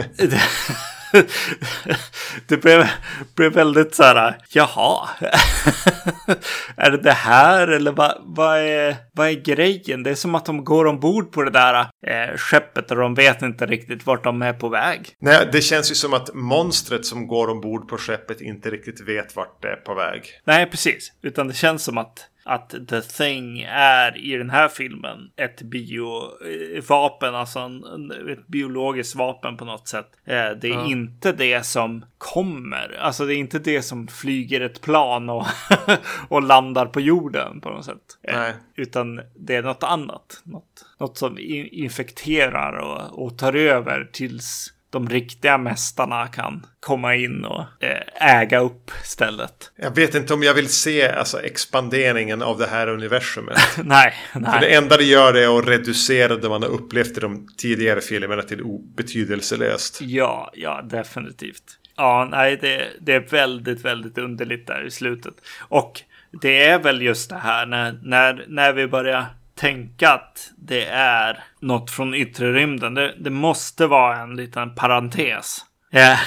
Det blev, blev väldigt så här, jaha, är det det här eller vad, vad, är, vad är grejen? Det är som att de går ombord på det där eh, skeppet och de vet inte riktigt vart de är på väg. Nej, det känns ju som att monstret som går ombord på skeppet inte riktigt vet vart det är på väg. Nej, precis. Utan det känns som att att The Thing är i den här filmen ett biovapen, alltså en, ett biologiskt vapen på något sätt. Det är ja. inte det som kommer, alltså det är inte det som flyger ett plan och, och landar på jorden på något sätt. Nej. Utan det är något annat, något, något som infekterar och, och tar över tills de riktiga mästarna kan komma in och äga upp stället. Jag vet inte om jag vill se alltså, expanderingen av det här universumet. nej, nej. För det enda det gör är att reducera det man har upplevt i de tidigare filmerna till betydelselöst. Ja, ja, definitivt. Ja, nej, det, det är väldigt, väldigt underligt där i slutet. Och det är väl just det här när, när, när vi börjar tänka att det är något från yttre rymden. Det, det måste vara en liten parentes eh,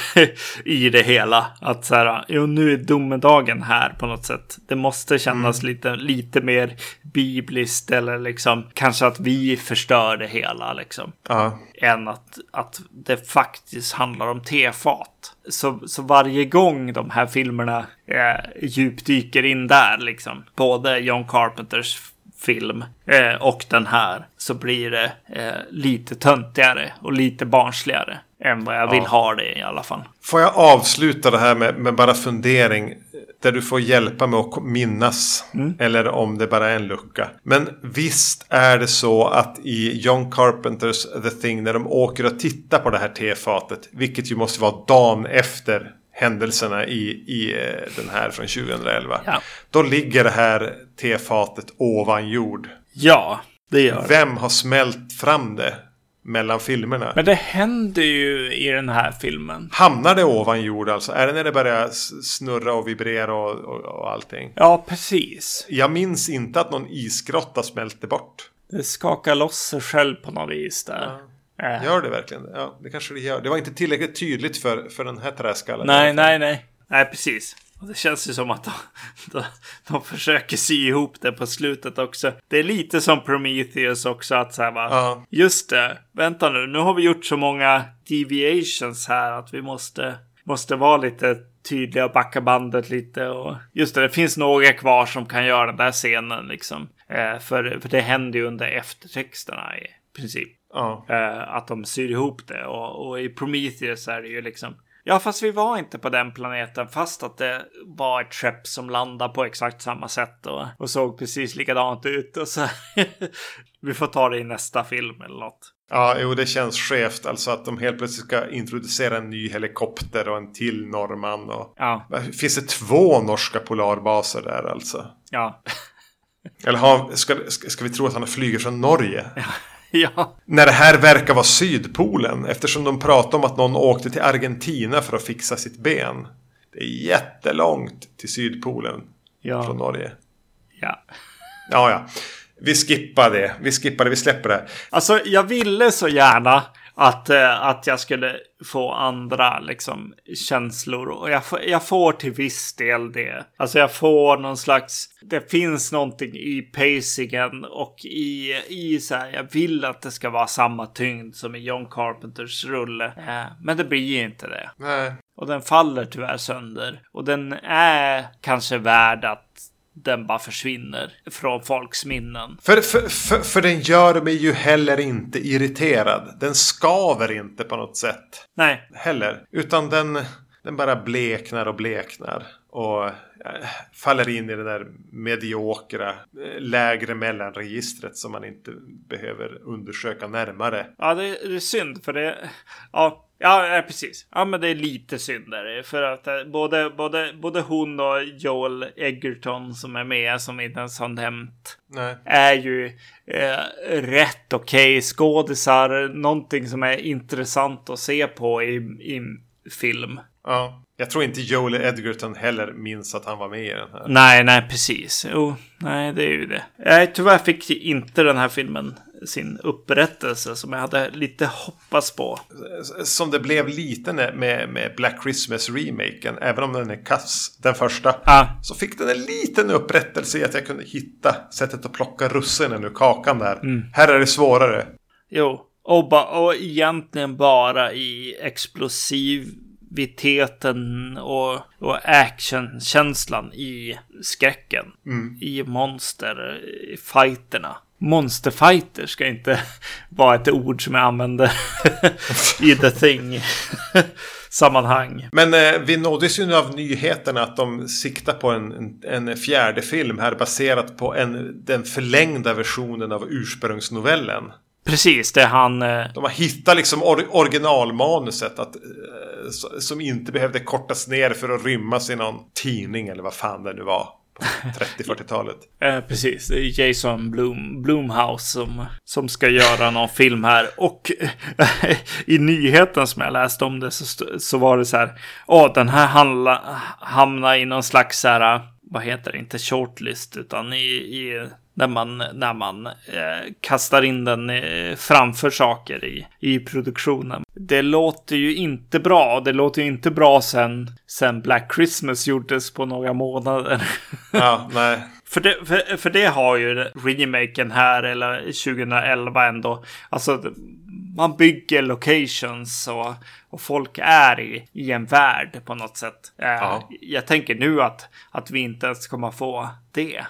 i det hela. Att så här, jo, nu är domedagen här på något sätt. Det måste kännas mm. lite, lite mer bibliskt eller liksom kanske att vi förstör det hela liksom. Uh. Än att, att det faktiskt handlar om tefat. Så, så varje gång de här filmerna eh, djupdyker in där liksom. Både John Carpenters film eh, och den här så blir det eh, lite töntigare och lite barnsligare än vad jag vill ja. ha det i alla fall. Får jag avsluta det här med, med bara fundering där du får hjälpa mig att minnas mm. eller om det bara är en lucka. Men visst är det så att i John Carpenters The Thing när de åker och tittar på det här tefatet, vilket ju måste vara dagen efter händelserna i, i den här från tjugoelva. Ja. Då ligger det här tefatet ovan jord. Ja, det gör det. Vem har smält fram det mellan filmerna? Men det händer ju i den här filmen. Hamnar det ovan jord alltså? Är det när det börjar snurra och vibrera och, och, och allting? Ja, precis. Jag minns inte att någon isgrotta smälte bort. Det skakar loss sig själv på något vis där. Ja. Gör det verkligen? Ja, det kanske det gör. Det var inte tillräckligt tydligt för, för den här träskallen. Nej, nej, nej. Nej, precis. Och det känns ju som att de, de, de försöker sy ihop det på slutet också. Det är lite som Prometheus också. Att så här, va? Ja. Just det. Vänta nu. Nu har vi gjort så många deviations här att vi måste... måste vara lite tydliga och backa bandet lite. Och just det, det finns några kvar som kan göra den där scenen liksom. Eh, för, för det händer ju under eftertexterna i princip. Ja. Eh, att de syr ihop det. Och, och i Prometheus är det ju liksom... Ja, fast vi var inte på den planeten, fast att det var ett skepp som landade på exakt samma sätt och, och såg precis likadant ut. Och så vi får ta det i nästa film eller något. Ja, jo, det känns skevt. Alltså att de helt plötsligt ska introducera en ny helikopter och en till norrman. Och... Ja. Finns det två norska polarbaser där alltså? Ja. Eller har, ska, ska vi tro att han flyger från Norge? Ja. Ja. När det här verkar vara Sydpolen, eftersom de pratar om att någon åkte till Argentina för att fixa sitt ben. Det är jättelångt till Sydpolen, Ja. Från Norge. Ja. Ja, ja. Vi skippar det. Vi skippar det. Vi släpper det. Alltså, jag ville så gärna att, äh, att jag skulle få andra liksom, känslor. Och jag, f- jag får till viss del det. Alltså, jag får någon slags... Det finns någonting i pacingen och i, i så här... Jag vill att det ska vara samma tyngd som i John Carpenters rulle. Äh, men det blir inte det. Nej. Och den faller tyvärr sönder. Och den är kanske värd att den bara försvinner från folks minnen. För, för, för, för den gör mig ju heller inte irriterad. Den skaver inte på något sätt. Nej. Heller. Utan den, den bara bleknar och bleknar. Och äh, faller in i det där mediokra äh, lägre mellanregistret som man inte behöver undersöka närmare. Ja, det är, det är synd för det... Ja, ja, precis. Ja, men det är lite synd där. För att äh, både, både, både hon och Joel Edgerton som är med, som inte ens har nämnt, Nej. är ju äh, rätt okej okay skådisar. Någonting som är intressant att se på i, i film. Ja. Jag tror inte Joel Edgerton heller minns att han var med i den här. Nej, nej, precis. Jo, nej, det är ju det. Jag tyvärr fick inte den här filmen sin upprättelse som jag hade lite hoppats på. Som det blev lite med, med Black Christmas-remaken. Även om den är kass, den första. Ah. Så fick den en liten upprättelse i att jag kunde hitta sättet att plocka russinen ur kakan där. Mm. Här är det svårare. Jo, och, ba- och egentligen bara i explosiv viteten och, och actionkänslan i skräcken. Mm. I monster i fighterna. Monsterfighter ska inte vara ett ord som jag använder i The Thing sammanhang. Men eh, vi nåddes ju nu av nyheterna att de siktar på en, en, en fjärde film här baserat på en, den förlängda versionen av ursprungsnovellen. Precis, det är han... Eh... De har hittat liksom or- originalmanuset att, eh, som inte behövde kortas ner för att rymmas i någon tidning eller vad fan det nu var på trettio-fyrtiotalet. Eh, precis, det är Jason Blum, Blumhouse som, som ska göra någon film här. Och eh, i nyheten som jag läste om det så, så var det så här, åh, den här handla, hamnar i någon slags så här, vad heter det, inte shortlist utan i... i När man, när man eh, kastar in den eh, framför saker i, i produktionen. Det låter ju inte bra. Det låter ju inte bra sen, sen Black Christmas gjordes på några månader. Ja, nej. För det, för, för det har ju remaken här eller tjugoelva ändå. Alltså man bygger locations och, och folk är i, i en värld på något sätt. Ja. Jag tänker nu att, att vi inte ens kommer få det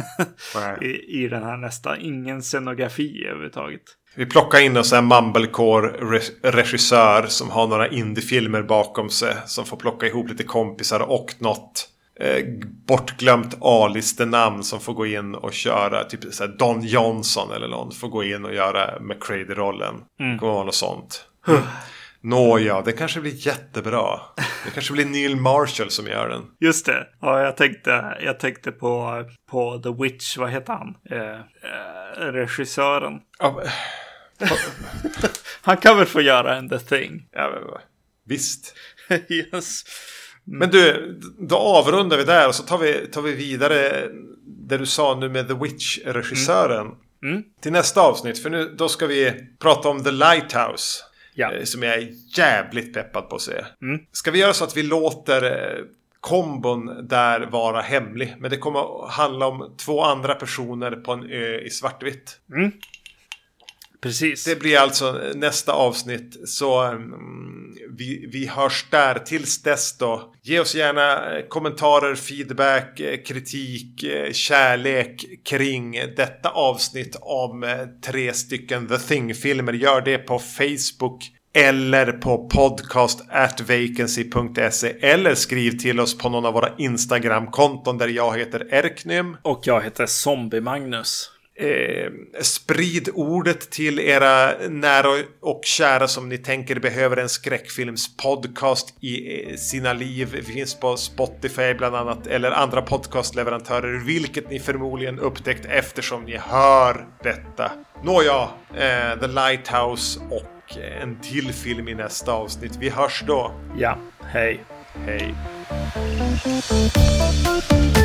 I, i den här nästa. Ingen scenografi överhuvudtaget. Vi plockar in en sån här mumblecore-regissör som har några indiefilmer bakom sig. Som får plocka ihop lite kompisar och något eh, bortglömt A-listenamn som får gå in och köra. Typ så här Don Johnson eller någon får gå in och göra McCready-rollen. Mm. Det kommer vara något sånt. Mm. Nåja, det kanske blir jättebra. Det kanske blir Neil Marshall som gör den. Just det. Ja, jag tänkte, jag tänkte på, på The Witch, vad heter han? Eh, eh, regissören. Ja. Han kan väl få göra en The Thing. Ja, visst. Yes. Mm. Men du, då avrundar vi där och så tar vi, tar vi vidare det du sa nu med The Witch-regissören. Mm. Mm. Till nästa avsnitt, för nu då ska vi prata om The Lighthouse. Ja. Som jag är jävligt peppad på att se. Mm. Ska vi göra så att vi låter kombon där vara hemlig. Men det kommer att handla om två andra personer på en ö i svartvitt. Mm. Precis. Det blir alltså nästa avsnitt. Så um, vi, vi hörs där. Tills dess då. Ge oss gärna kommentarer, feedback, kritik, kärlek kring detta avsnitt om tre stycken The Thing-filmer. Gör det på Facebook eller på podcast at vacancy punkt se eller skriv till oss på någon av våra Instagram-konton där jag heter Erknym. Och jag heter Zombie Magnus. Eh, sprid ordet till era nära och kära som ni tänker behöver en skräckfilmspodcast i sina liv. Vi finns på Spotify bland annat eller andra podcastleverantörer, vilket ni förmodligen upptäckt eftersom ni hör detta. Nåja, eh, The Lighthouse och en till film i nästa avsnitt. Vi hörs då. Ja, hej. Hej.